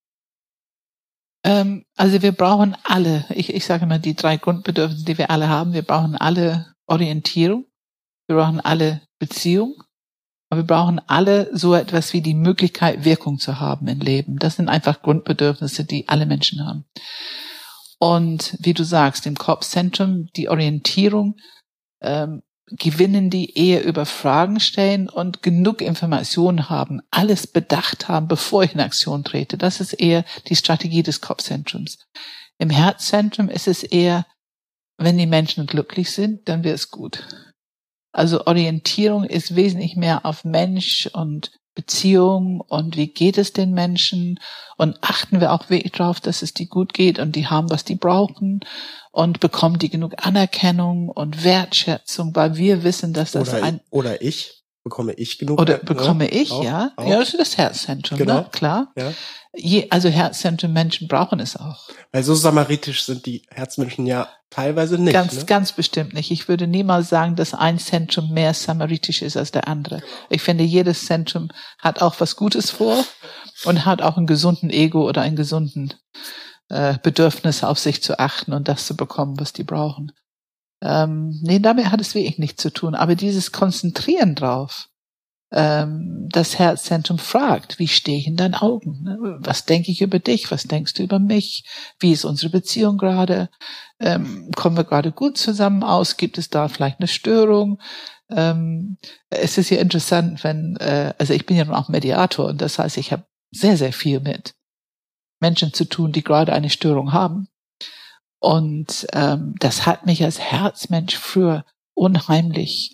Ähm, also wir brauchen alle, ich, ich sage mal die drei Grundbedürfnisse, die wir alle haben. Wir brauchen alle Orientierung, wir brauchen alle Beziehung, aber wir brauchen alle so etwas wie die Möglichkeit, Wirkung zu haben im Leben. Das sind einfach Grundbedürfnisse, die alle Menschen haben. Und wie du sagst, im Kopfzentrum, die Orientierung, ähm, gewinnen die eher über Fragen stellen und genug Informationen haben, alles bedacht haben, bevor ich in Aktion trete. Das ist eher die Strategie des Kopfzentrums. Im Herzzentrum ist es eher, wenn die Menschen glücklich sind, dann wird es gut. Also Orientierung ist wesentlich mehr auf Mensch und Beziehung und wie geht es den Menschen und achten wir auch wirklich darauf, dass es die gut geht und die haben, was die brauchen und bekommen die genug Anerkennung und Wertschätzung, weil wir wissen, dass das oder, ein... Oder ich, bekomme ich genug? Oder bekomme ich, auch, ja. Auch. Ja, das ist das Herzzentrum, genau. ne? Klar. Ja. Je, also Herzzentrum Menschen brauchen es auch. Weil so samaritisch sind die Herzmenschen ja teilweise nicht. Ganz, ne? ganz bestimmt nicht. Ich würde niemals sagen, dass ein Zentrum mehr samaritisch ist als der andere. Ich finde, jedes Zentrum hat auch was Gutes vor und hat auch einen gesunden Ego oder einen gesunden äh, Bedürfnis, auf sich zu achten und das zu bekommen, was die brauchen. Ähm, nee, damit hat es wirklich nichts zu tun. Aber dieses Konzentrieren drauf, ähm, das Herzzentrum fragt, wie stehe ich in deinen Augen? Was denke ich über dich? Was denkst du über mich? Wie ist unsere Beziehung gerade? Ähm, kommen wir gerade gut zusammen aus? Gibt es da vielleicht eine Störung? Ähm, es ist ja interessant, wenn, äh, also ich bin ja nun auch Mediator und das heißt, ich habe sehr, sehr viel mit Menschen zu tun, die gerade eine Störung haben. Und ähm, das hat mich als Herzmensch früher unheimlich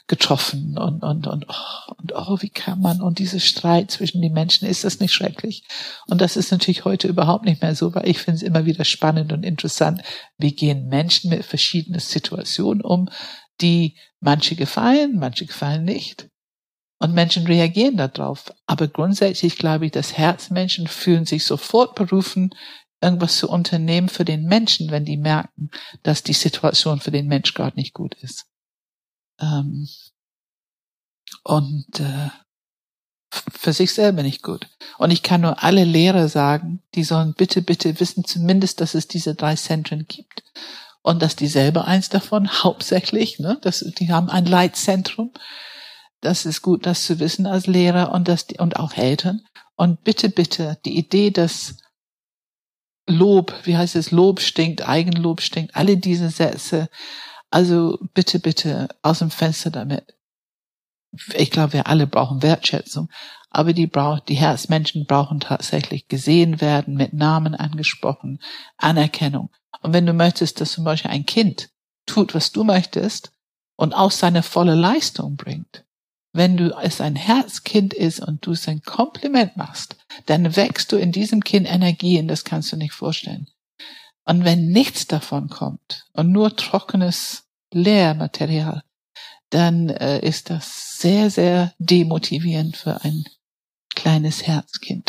getroffen und, und, und, oh, und, oh, wie kann man, und diese Streit zwischen den Menschen, ist das nicht schrecklich? Und das ist natürlich heute überhaupt nicht mehr so, weil ich finde es immer wieder spannend und interessant, wie gehen Menschen mit verschiedenen Situationen um, die manche gefallen, manche gefallen nicht. Und Menschen reagieren darauf. Aber grundsätzlich glaube ich, dass Herzmenschen fühlen sich sofort berufen, irgendwas zu unternehmen für den Menschen, wenn die merken, dass die Situation für den Mensch gerade nicht gut ist. Ähm, und äh, für sich selber nicht gut. Und ich kann nur alle Lehrer sagen, die sollen bitte, bitte wissen zumindest, dass es diese drei Zentren gibt. Und dass die selber eins davon hauptsächlich, ne, dass die haben ein Leitzentrum. Das ist gut, das zu wissen als Lehrer und das die, und auch Eltern. Und bitte, bitte, die Idee, dass Lob, wie heißt es, Lob stinkt, Eigenlob stinkt, alle diese Sätze. Also bitte, bitte aus dem Fenster damit. Ich glaube, wir alle brauchen Wertschätzung, aber die braucht, die Herzmenschen brauchen tatsächlich gesehen werden, mit Namen angesprochen, Anerkennung. Und wenn du möchtest, dass zum Beispiel ein Kind tut, was du möchtest und auch seine volle Leistung bringt, wenn du es ein Herzkind ist und du es ein Kompliment machst, dann wächst du in diesem Kind Energien, das kannst du nicht vorstellen. Und wenn nichts davon kommt und nur trockenes Lehrmaterial, dann äh, ist das sehr, sehr demotivierend für ein kleines Herzkind.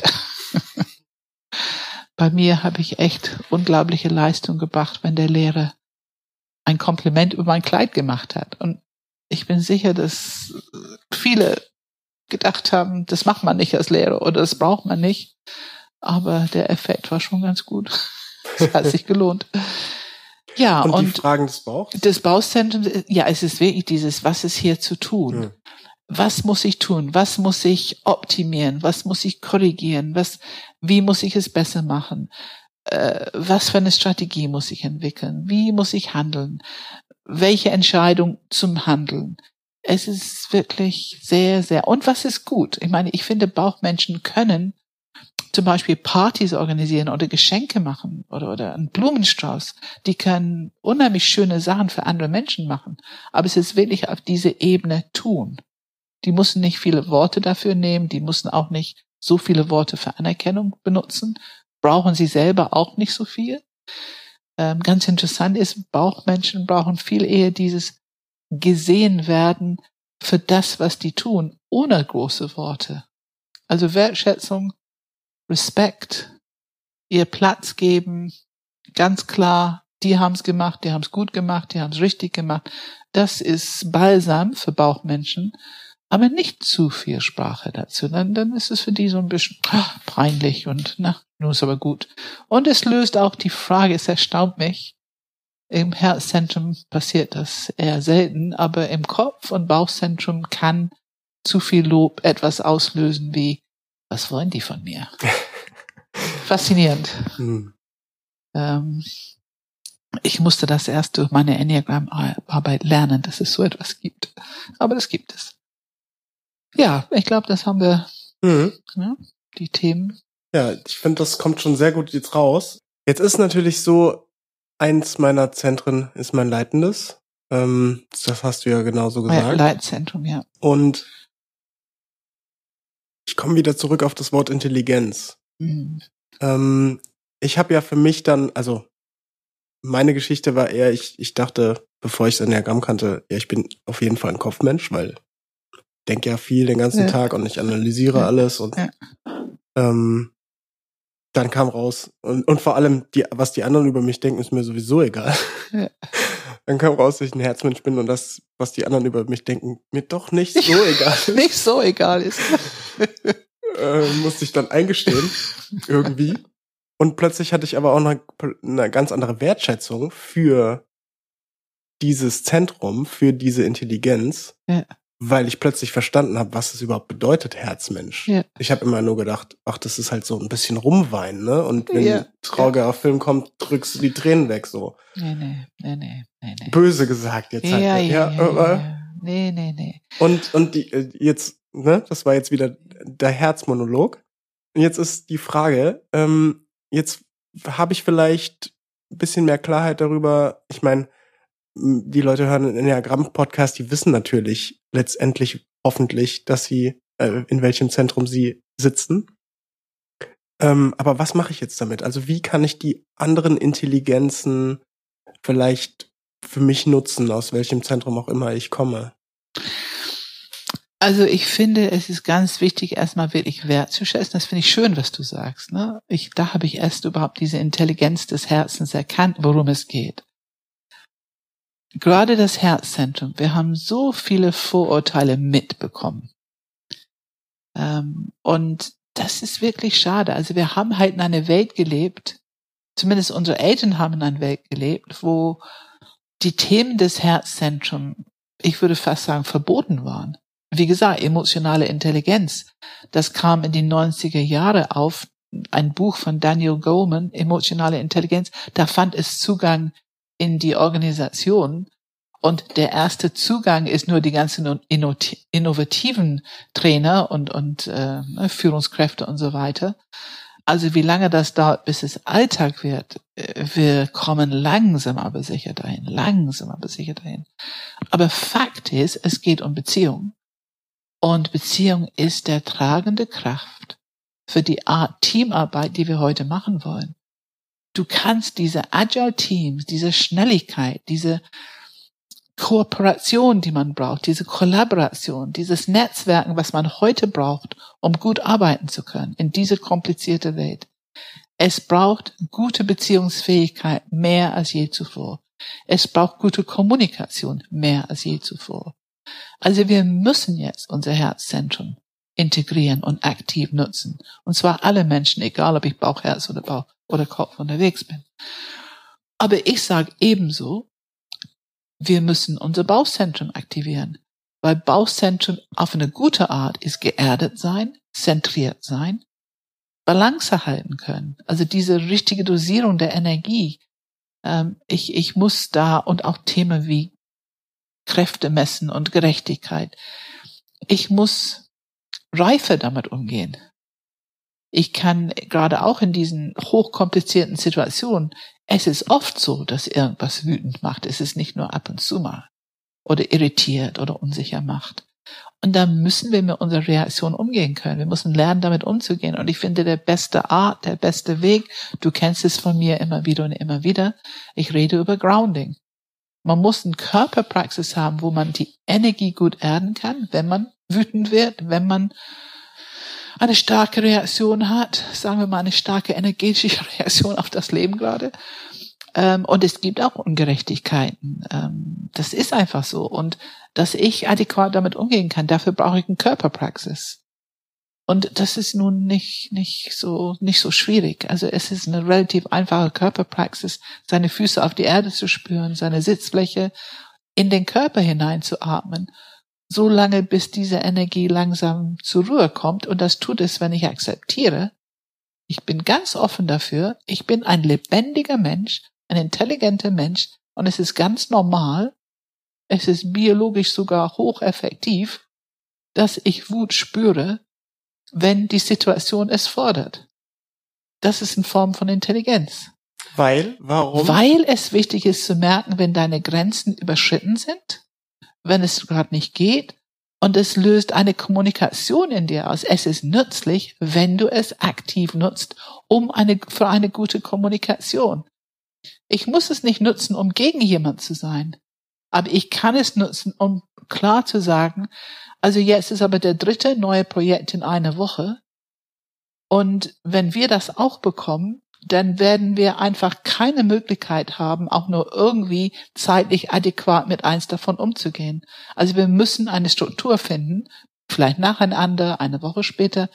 Bei mir habe ich echt unglaubliche Leistung gebracht, wenn der Lehrer ein Kompliment über mein Kleid gemacht hat. Und ich bin sicher, dass viele gedacht haben, das macht man nicht als Lehrer oder das braucht man nicht. Aber der Effekt war schon ganz gut. Es hat sich gelohnt. Ja, und, und die Fragen des Bauchs? Das Bauchzentrum, ja, es ist wirklich dieses, was ist hier zu tun? Hm. Was muss ich tun? Was muss ich optimieren? Was muss ich korrigieren? Was, wie muss ich es besser machen? Äh, was für eine Strategie muss ich entwickeln? Wie muss ich handeln? Welche Entscheidung zum Handeln? Es ist wirklich sehr, sehr, und was ist gut? Ich meine, ich finde, Bauchmenschen können zum Beispiel Partys organisieren oder Geschenke machen oder, oder einen Blumenstrauß. Die können unheimlich schöne Sachen für andere Menschen machen. Aber es ist wirklich auf diese Ebene tun. Die müssen nicht viele Worte dafür nehmen. Die müssen auch nicht so viele Worte für Anerkennung benutzen. Brauchen sie selber auch nicht so viel. Ähm, ganz interessant ist, Bauchmenschen brauchen viel eher dieses gesehen werden für das, was die tun, ohne große Worte. Also Wertschätzung, Respekt, ihr Platz geben, ganz klar, die haben es gemacht, die haben es gut gemacht, die haben es richtig gemacht. Das ist Balsam für Bauchmenschen, aber nicht zu viel Sprache dazu. Dann, dann ist es für die so ein bisschen ach, peinlich und na, nun ist aber gut. Und es löst auch die Frage, es erstaunt mich, im Herzzentrum passiert das eher selten, aber im Kopf- und Bauchzentrum kann zu viel Lob etwas auslösen wie, was wollen die von mir? Faszinierend. Hm. Ähm, ich musste das erst durch meine Enneagramm-Arbeit lernen, dass es so etwas gibt. Aber das gibt es. Ja, ich glaube, das haben wir, hm. ja, die Themen. Ja, ich finde, das kommt schon sehr gut jetzt raus. Jetzt ist natürlich so, eins meiner Zentren ist mein leitendes. Ähm, das hast du ja genauso gesagt. Ja, Leitzentrum, ja. Und ich komme wieder zurück auf das Wort Intelligenz. Mhm. Ähm, ich habe ja für mich dann, also meine Geschichte war eher, ich, ich dachte, bevor ich das Enneagramm kannte, ja, ich bin auf jeden Fall ein Kopfmensch, weil ich denke ja viel den ganzen ja. Tag und ich analysiere ja. alles und ja. ähm, dann kam raus, und, und vor allem, die, was die anderen über mich denken, ist mir sowieso egal. Ja. Dann kam raus, dass ich ein Herzmensch bin und das, was die anderen über mich denken, mir doch nicht so egal ist. Nicht so egal ist. äh, musste ich dann eingestehen, irgendwie. Und plötzlich hatte ich aber auch eine, eine ganz andere Wertschätzung für dieses Zentrum, für diese Intelligenz, ja. weil ich plötzlich verstanden habe, was es überhaupt bedeutet, Herzmensch. Ja. Ich habe immer nur gedacht, ach, das ist halt so ein bisschen rumweinen, ne? Und wenn ja. ein trauriger ja. Film kommt, drückst du die Tränen weg, so. Nee, nee, nee, nee, nee, nee. Böse gesagt jetzt halt. Ja, ja, ja, ja, aber, ja, ja. Nee, nee, nee. Und, und die, jetzt, ne, das war jetzt wieder der Herzmonolog. Und jetzt ist die Frage, ähm, jetzt habe ich vielleicht ein bisschen mehr Klarheit darüber, ich meine, die Leute hören einen Enneagramm-Podcast, die wissen natürlich letztendlich hoffentlich, dass sie, äh, in welchem Zentrum sie sitzen. Ähm, aber was mache ich jetzt damit? Also wie kann ich die anderen Intelligenzen vielleicht für mich nutzen, aus welchem Zentrum auch immer ich komme? Also ich finde, es ist ganz wichtig, erstmal wirklich wertzuschätzen. Das finde ich schön, was du sagst. Ne? Ich, da habe ich erst überhaupt diese Intelligenz des Herzens erkannt, worum es geht. Gerade das Herzzentrum. Wir haben so viele Vorurteile mitbekommen. Ähm, und das ist wirklich schade. Also wir haben halt in einer Welt gelebt, zumindest unsere Eltern haben in einer Welt gelebt, wo die Themen des Herzzentrums, ich würde fast sagen, verboten waren. Wie gesagt, emotionale Intelligenz, das kam in die neunziger Jahre auf, ein Buch von Daniel Goleman, Emotionale Intelligenz, da fand es Zugang in die Organisation und der erste Zugang ist nur die ganzen innovativen Trainer und, und äh, Führungskräfte und so weiter. Also wie lange das dauert, bis es Alltag wird, wir kommen langsam aber sicher dahin, langsam aber sicher dahin. Aber Fakt ist, es geht um Beziehung. Und Beziehung ist der tragende Kraft für die Art Teamarbeit, die wir heute machen wollen. Du kannst diese Agile Teams, diese Schnelligkeit, diese Kooperation, die man braucht, diese Kollaboration, dieses Netzwerken, was man heute braucht, um gut arbeiten zu können in diese komplizierte Welt. Es braucht gute Beziehungsfähigkeit mehr als je zuvor. Es braucht gute Kommunikation mehr als je zuvor. Also wir müssen jetzt unser Herzzentrum integrieren und aktiv nutzen. Und zwar alle Menschen, egal ob ich Bauch, Herz oder Bauch oder Kopf unterwegs bin. Aber ich sage ebenso, wir müssen unser Bauchzentrum aktivieren. Weil Bauchzentrum auf eine gute Art ist geerdet sein, zentriert sein, Balance halten können. Also diese richtige Dosierung der Energie. Ähm, ich, ich muss da und auch Themen wie Kräfte messen und Gerechtigkeit. Ich muss reifer damit umgehen. Ich kann gerade auch in diesen hochkomplizierten Situationen, es ist oft so, dass irgendwas wütend macht. Es ist nicht nur ab und zu mal oder irritiert oder unsicher macht. Und da müssen wir mit unserer Reaktion umgehen können. Wir müssen lernen, damit umzugehen. Und ich finde, der beste Art, der beste Weg, du kennst es von mir immer wieder und immer wieder, ich rede über Grounding. Man muss eine Körperpraxis haben, wo man die Energie gut erden kann, wenn man wütend wird, wenn man eine starke Reaktion hat, sagen wir mal eine starke energetische Reaktion auf das Leben gerade. Und es gibt auch Ungerechtigkeiten. Das ist einfach so. Und dass ich adäquat damit umgehen kann, dafür brauche ich eine Körperpraxis. Und das ist nun nicht, nicht so, nicht so schwierig. Also es ist eine relativ einfache Körperpraxis, seine Füße auf die Erde zu spüren, seine Sitzfläche in den Körper hineinzuatmen, so lange bis diese Energie langsam zur Ruhe kommt. Und das tut es, wenn ich akzeptiere. Ich bin ganz offen dafür. Ich bin ein lebendiger Mensch, ein intelligenter Mensch. Und es ist ganz normal. Es ist biologisch sogar hocheffektiv, dass ich Wut spüre, wenn die Situation es fordert. Das ist eine Form von Intelligenz. Weil? Warum? Weil es wichtig ist zu merken, wenn deine Grenzen überschritten sind, wenn es gerade nicht geht, und es löst eine Kommunikation in dir aus. Es ist nützlich, wenn du es aktiv nutzt, um eine, für eine gute Kommunikation. Ich muss es nicht nutzen, um gegen jemand zu sein, aber ich kann es nutzen, um klar zu sagen, also jetzt ist aber der dritte neue Projekt in einer Woche. Und wenn wir das auch bekommen, dann werden wir einfach keine Möglichkeit haben, auch nur irgendwie zeitlich adäquat mit eins davon umzugehen. Also wir müssen eine Struktur finden, vielleicht nacheinander, eine Woche später.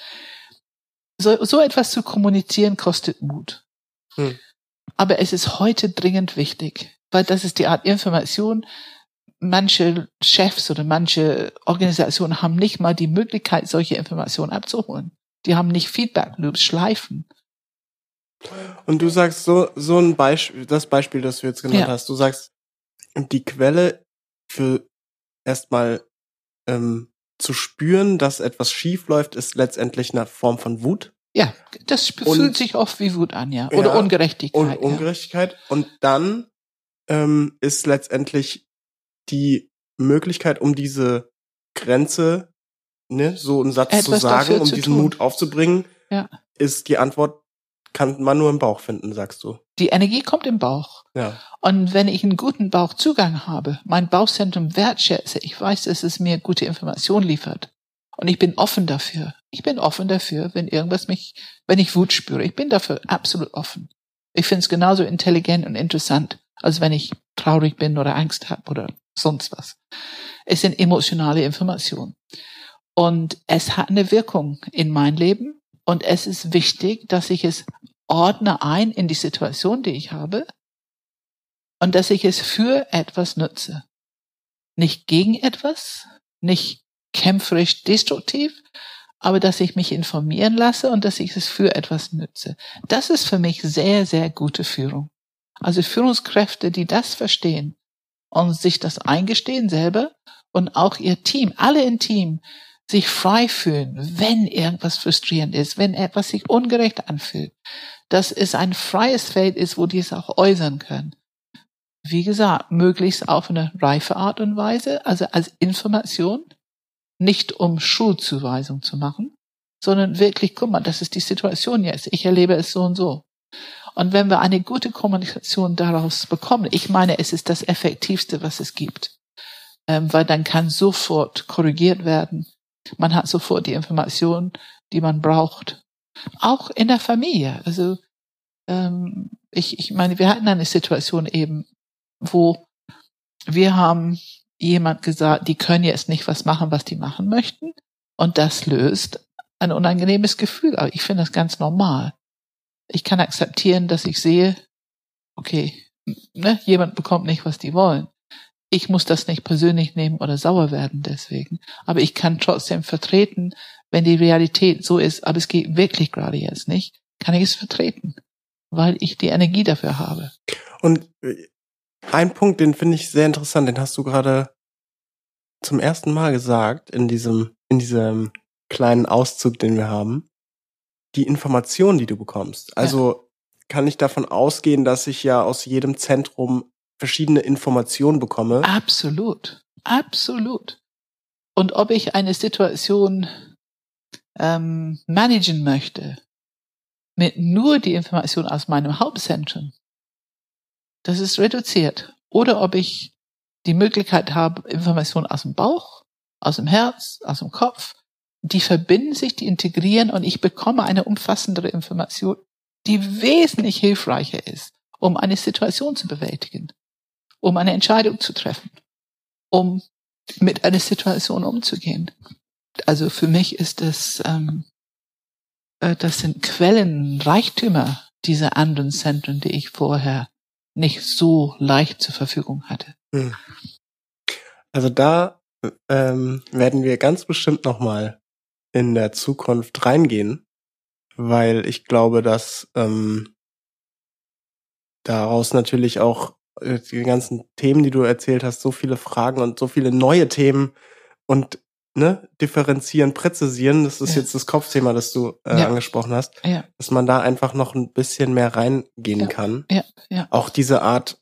So, so etwas zu kommunizieren kostet Mut. Hm. Aber es ist heute dringend wichtig, weil das ist die Art Information. Manche Chefs oder manche Organisationen haben nicht mal die Möglichkeit, solche Informationen abzuholen. Die haben nicht Feedback-Loops, Schleifen. Und du sagst so, so ein Beispiel, das Beispiel, das du jetzt genannt ja. hast, du sagst, die Quelle für erstmal ähm, zu spüren, dass etwas schief läuft, ist letztendlich eine Form von Wut. Ja, das fühlt sich oft wie Wut an, ja. Oder ja, Ungerechtigkeit. Und Ungerechtigkeit. Ja. Und dann ähm, ist letztendlich die Möglichkeit, um diese Grenze, ne, so einen Satz Etwas zu sagen, dafür um zu diesen tun. Mut aufzubringen, Ja. ist die Antwort, kann man nur im Bauch finden, sagst du. Die Energie kommt im Bauch. Ja. Und wenn ich einen guten Bauchzugang habe, mein Bauchzentrum wertschätze, ich weiß, dass es mir gute Informationen liefert. Und ich bin offen dafür. Ich bin offen dafür, wenn irgendwas mich, wenn ich Wut spüre. Ich bin dafür absolut offen. Ich finde es genauso intelligent und interessant, als wenn ich traurig bin oder Angst habe oder sonst was. Es sind emotionale Informationen. Und es hat eine Wirkung in mein Leben. Und es ist wichtig, dass ich es ordne ein in die Situation, die ich habe. Und dass ich es für etwas nutze. Nicht gegen etwas, nicht kämpferisch destruktiv, aber dass ich mich informieren lasse und dass ich es für etwas nütze. Das ist für mich sehr, sehr gute Führung. Also Führungskräfte, die das verstehen und sich das eingestehen selber und auch ihr Team, alle im Team, sich frei fühlen, wenn irgendwas frustrierend ist, wenn etwas sich ungerecht anfühlt, dass es ein freies Feld ist, wo die es auch äußern können. Wie gesagt, möglichst auf eine reife Art und Weise, also als Information, nicht um Schuldzuweisung zu machen, sondern wirklich, guck mal, das ist die Situation jetzt, ich erlebe es so und so. Und wenn wir eine gute Kommunikation daraus bekommen, ich meine, es ist das Effektivste, was es gibt, ähm, weil dann kann sofort korrigiert werden, man hat sofort die Information, die man braucht. Auch in der Familie, also ähm, ich, ich meine, wir hatten eine Situation eben, wo wir haben jemand gesagt, die können jetzt nicht was machen, was die machen möchten. Und das löst ein unangenehmes Gefühl. Aber ich finde das ganz normal. Ich kann akzeptieren, dass ich sehe, okay, ne, jemand bekommt nicht, was die wollen. Ich muss das nicht persönlich nehmen oder sauer werden deswegen. Aber ich kann trotzdem vertreten, wenn die Realität so ist, aber es geht wirklich gerade jetzt nicht, kann ich es vertreten, weil ich die Energie dafür habe. Und ein Punkt, den finde ich sehr interessant, den hast du gerade zum ersten Mal gesagt in diesem, in diesem kleinen Auszug, den wir haben. Die Informationen, die du bekommst. Also ja. Kann ich davon ausgehen, dass ich ja aus jedem Zentrum verschiedene Informationen bekomme? Absolut, absolut. Und ob ich eine Situation ähm, managen möchte mit nur die Information aus meinem Hauptzentrum, das ist reduziert. Oder ob ich die Möglichkeit habe, Informationen aus dem Bauch, aus dem Herz, aus dem Kopf, die verbinden sich, die integrieren und ich bekomme eine umfassendere Information, die wesentlich hilfreicher ist, um eine Situation zu bewältigen, um eine Entscheidung zu treffen, um mit einer Situation umzugehen. Also für mich ist es, ähm, äh, das sind Quellen, Reichtümer dieser anderen Zentren, die ich vorher nicht so leicht zur Verfügung hatte. Hm. Also da ähm, werden wir ganz bestimmt nochmal in der Zukunft reingehen, weil ich glaube, dass ähm, daraus natürlich auch äh, die ganzen Themen, die du erzählt hast, so viele Fragen und so viele neue Themen und ne, differenzieren, präzisieren, das ist ja. jetzt das Kopfthema, das du äh, ja. angesprochen hast, ja. dass man da einfach noch ein bisschen mehr reingehen ja. kann. Ja. Ja. Auch diese Art,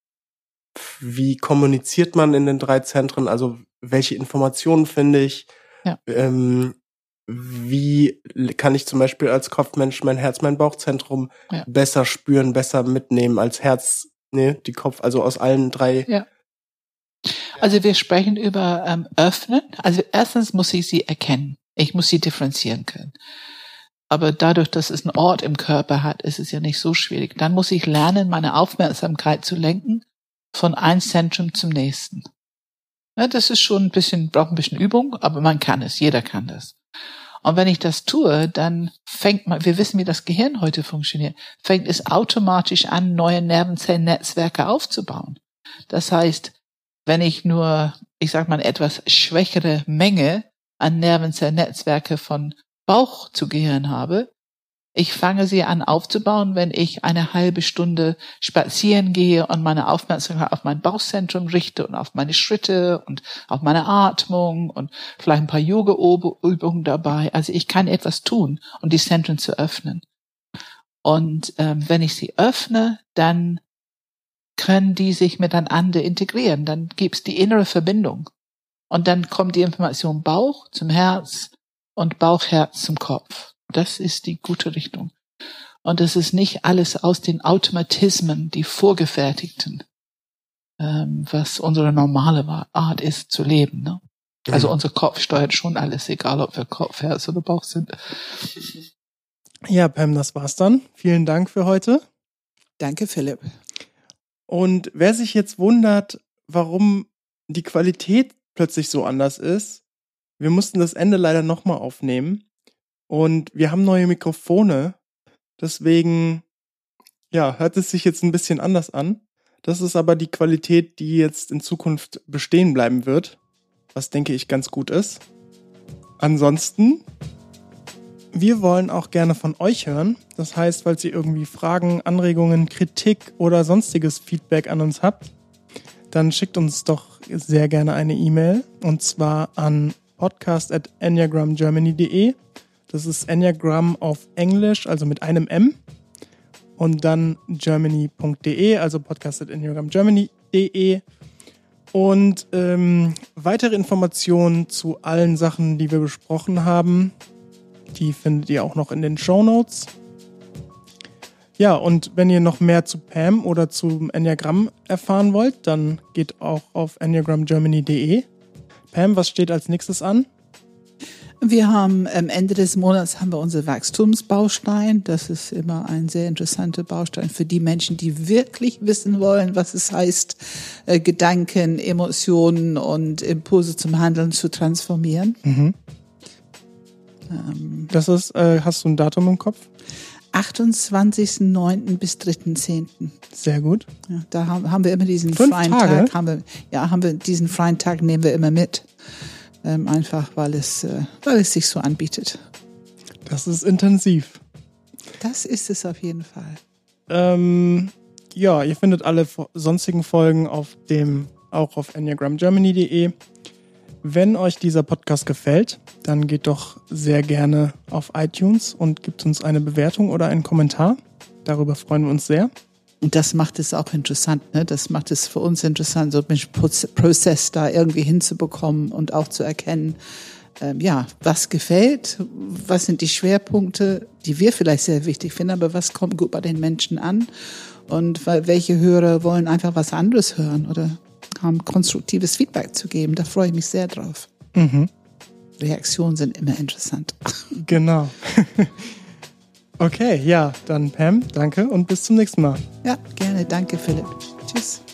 wie kommuniziert man in den drei Zentren, also welche Informationen finde ich, ja. ähm, wie kann ich zum Beispiel als Kopfmensch mein Herz, mein Bauchzentrum ja. besser spüren, besser mitnehmen als Herz, ne, die Kopf, also aus allen drei. Ja. Also wir sprechen über ähm, Öffnen. Also erstens muss ich sie erkennen. Ich muss sie differenzieren können. Aber dadurch, dass es einen Ort im Körper hat, ist es ja nicht so schwierig. Dann muss ich lernen, meine Aufmerksamkeit zu lenken von einem Zentrum zum nächsten. Ja, das ist schon ein bisschen, braucht ein bisschen Übung, aber man kann es. Jeder kann das. Und wenn ich das tue, dann fängt man, wir wissen, wie das Gehirn heute funktioniert, fängt es automatisch an, neue Nervenzellennetzwerke aufzubauen. Das heißt, wenn ich nur, ich sag mal, etwas schwächere Menge an Nervenzellennetzwerke von Bauch zu Gehirn habe, ich fange sie an aufzubauen, wenn ich eine halbe Stunde spazieren gehe und meine Aufmerksamkeit auf mein Bauchzentrum richte und auf meine Schritte und auf meine Atmung und vielleicht ein paar Yoga-Übungen dabei. Also ich kann etwas tun, um die Zentren zu öffnen. Und ähm, wenn ich sie öffne, dann können die sich miteinander integrieren. Dann gibt's die innere Verbindung. Und dann kommt die Information Bauch zum Herz und Bauchherz zum Kopf. Das ist die gute Richtung. Und es ist nicht alles aus den Automatismen, die vorgefertigten, ähm, was unsere normale Art ist zu leben. Ne? Also unser Kopf steuert schon alles, egal ob wir Kopf, Herz oder Bauch sind. Ja, Pam, das war's dann. Vielen Dank für heute. Danke, Philipp. Und wer sich jetzt wundert, warum die Qualität plötzlich so anders ist, wir mussten das Ende leider nochmal aufnehmen. Und wir haben neue Mikrofone. Deswegen, ja, hört es sich jetzt ein bisschen anders an. Das ist aber die Qualität, die jetzt in Zukunft bestehen bleiben wird. Was, denke ich, ganz gut ist. Ansonsten, wir wollen auch gerne von euch hören. Das heißt, falls ihr irgendwie Fragen, Anregungen, Kritik oder sonstiges Feedback an uns habt, dann schickt uns doch sehr gerne eine E-Mail. Und zwar an podcast at enneagram germany punkt de. Das ist Enneagram auf Englisch, also mit einem M. Und dann germany punkt de, also podcast at enneagram germany punkt de. Und ähm, weitere Informationen zu allen Sachen, die wir besprochen haben, die findet ihr auch noch in den Shownotes. Ja, und wenn ihr noch mehr zu Pam oder zum Enneagramm erfahren wollt, dann geht auch auf enneagram germany punkt de. Pam, was steht als nächstes an? Wir haben am Ende des Monats haben wir unser Wachstumsbaustein. Das ist immer ein sehr interessanter Baustein für die Menschen, die wirklich wissen wollen, was es heißt, äh, Gedanken, Emotionen und Impulse zum Handeln zu transformieren. Mhm. Ähm, das ist, äh, hast du ein Datum im Kopf? achtundzwanzigsten neunten bis dritten zehnten Sehr gut. Ja, da haben, haben wir immer diesen Fünf freien Tage? Tag. Haben wir, ja, haben wir diesen freien Tag nehmen wir immer mit. Ähm, einfach, weil es, äh, weil es sich so anbietet. Das ist intensiv. Das ist es auf jeden Fall. Ähm, ja, ihr findet alle fo- sonstigen Folgen auf dem, auch auf enneagram germany punkt de. Wenn euch dieser Podcast gefällt, dann geht doch sehr gerne auf iTunes und gebt uns eine Bewertung oder einen Kommentar. Darüber freuen wir uns sehr. Und das macht es auch interessant, ne? Das macht es für uns interessant, so einen Prozess da irgendwie hinzubekommen und auch zu erkennen, ähm, ja, was gefällt, was sind die Schwerpunkte, die wir vielleicht sehr wichtig finden, aber was kommt gut bei den Menschen an und welche Hörer wollen einfach was anderes hören oder haben konstruktives Feedback zu geben. Da freue ich mich sehr drauf. Mhm. Reaktionen sind immer interessant. Genau. Okay, ja, dann Pam, danke und bis zum nächsten Mal. Ja, gerne. Danke, Philipp. Tschüss.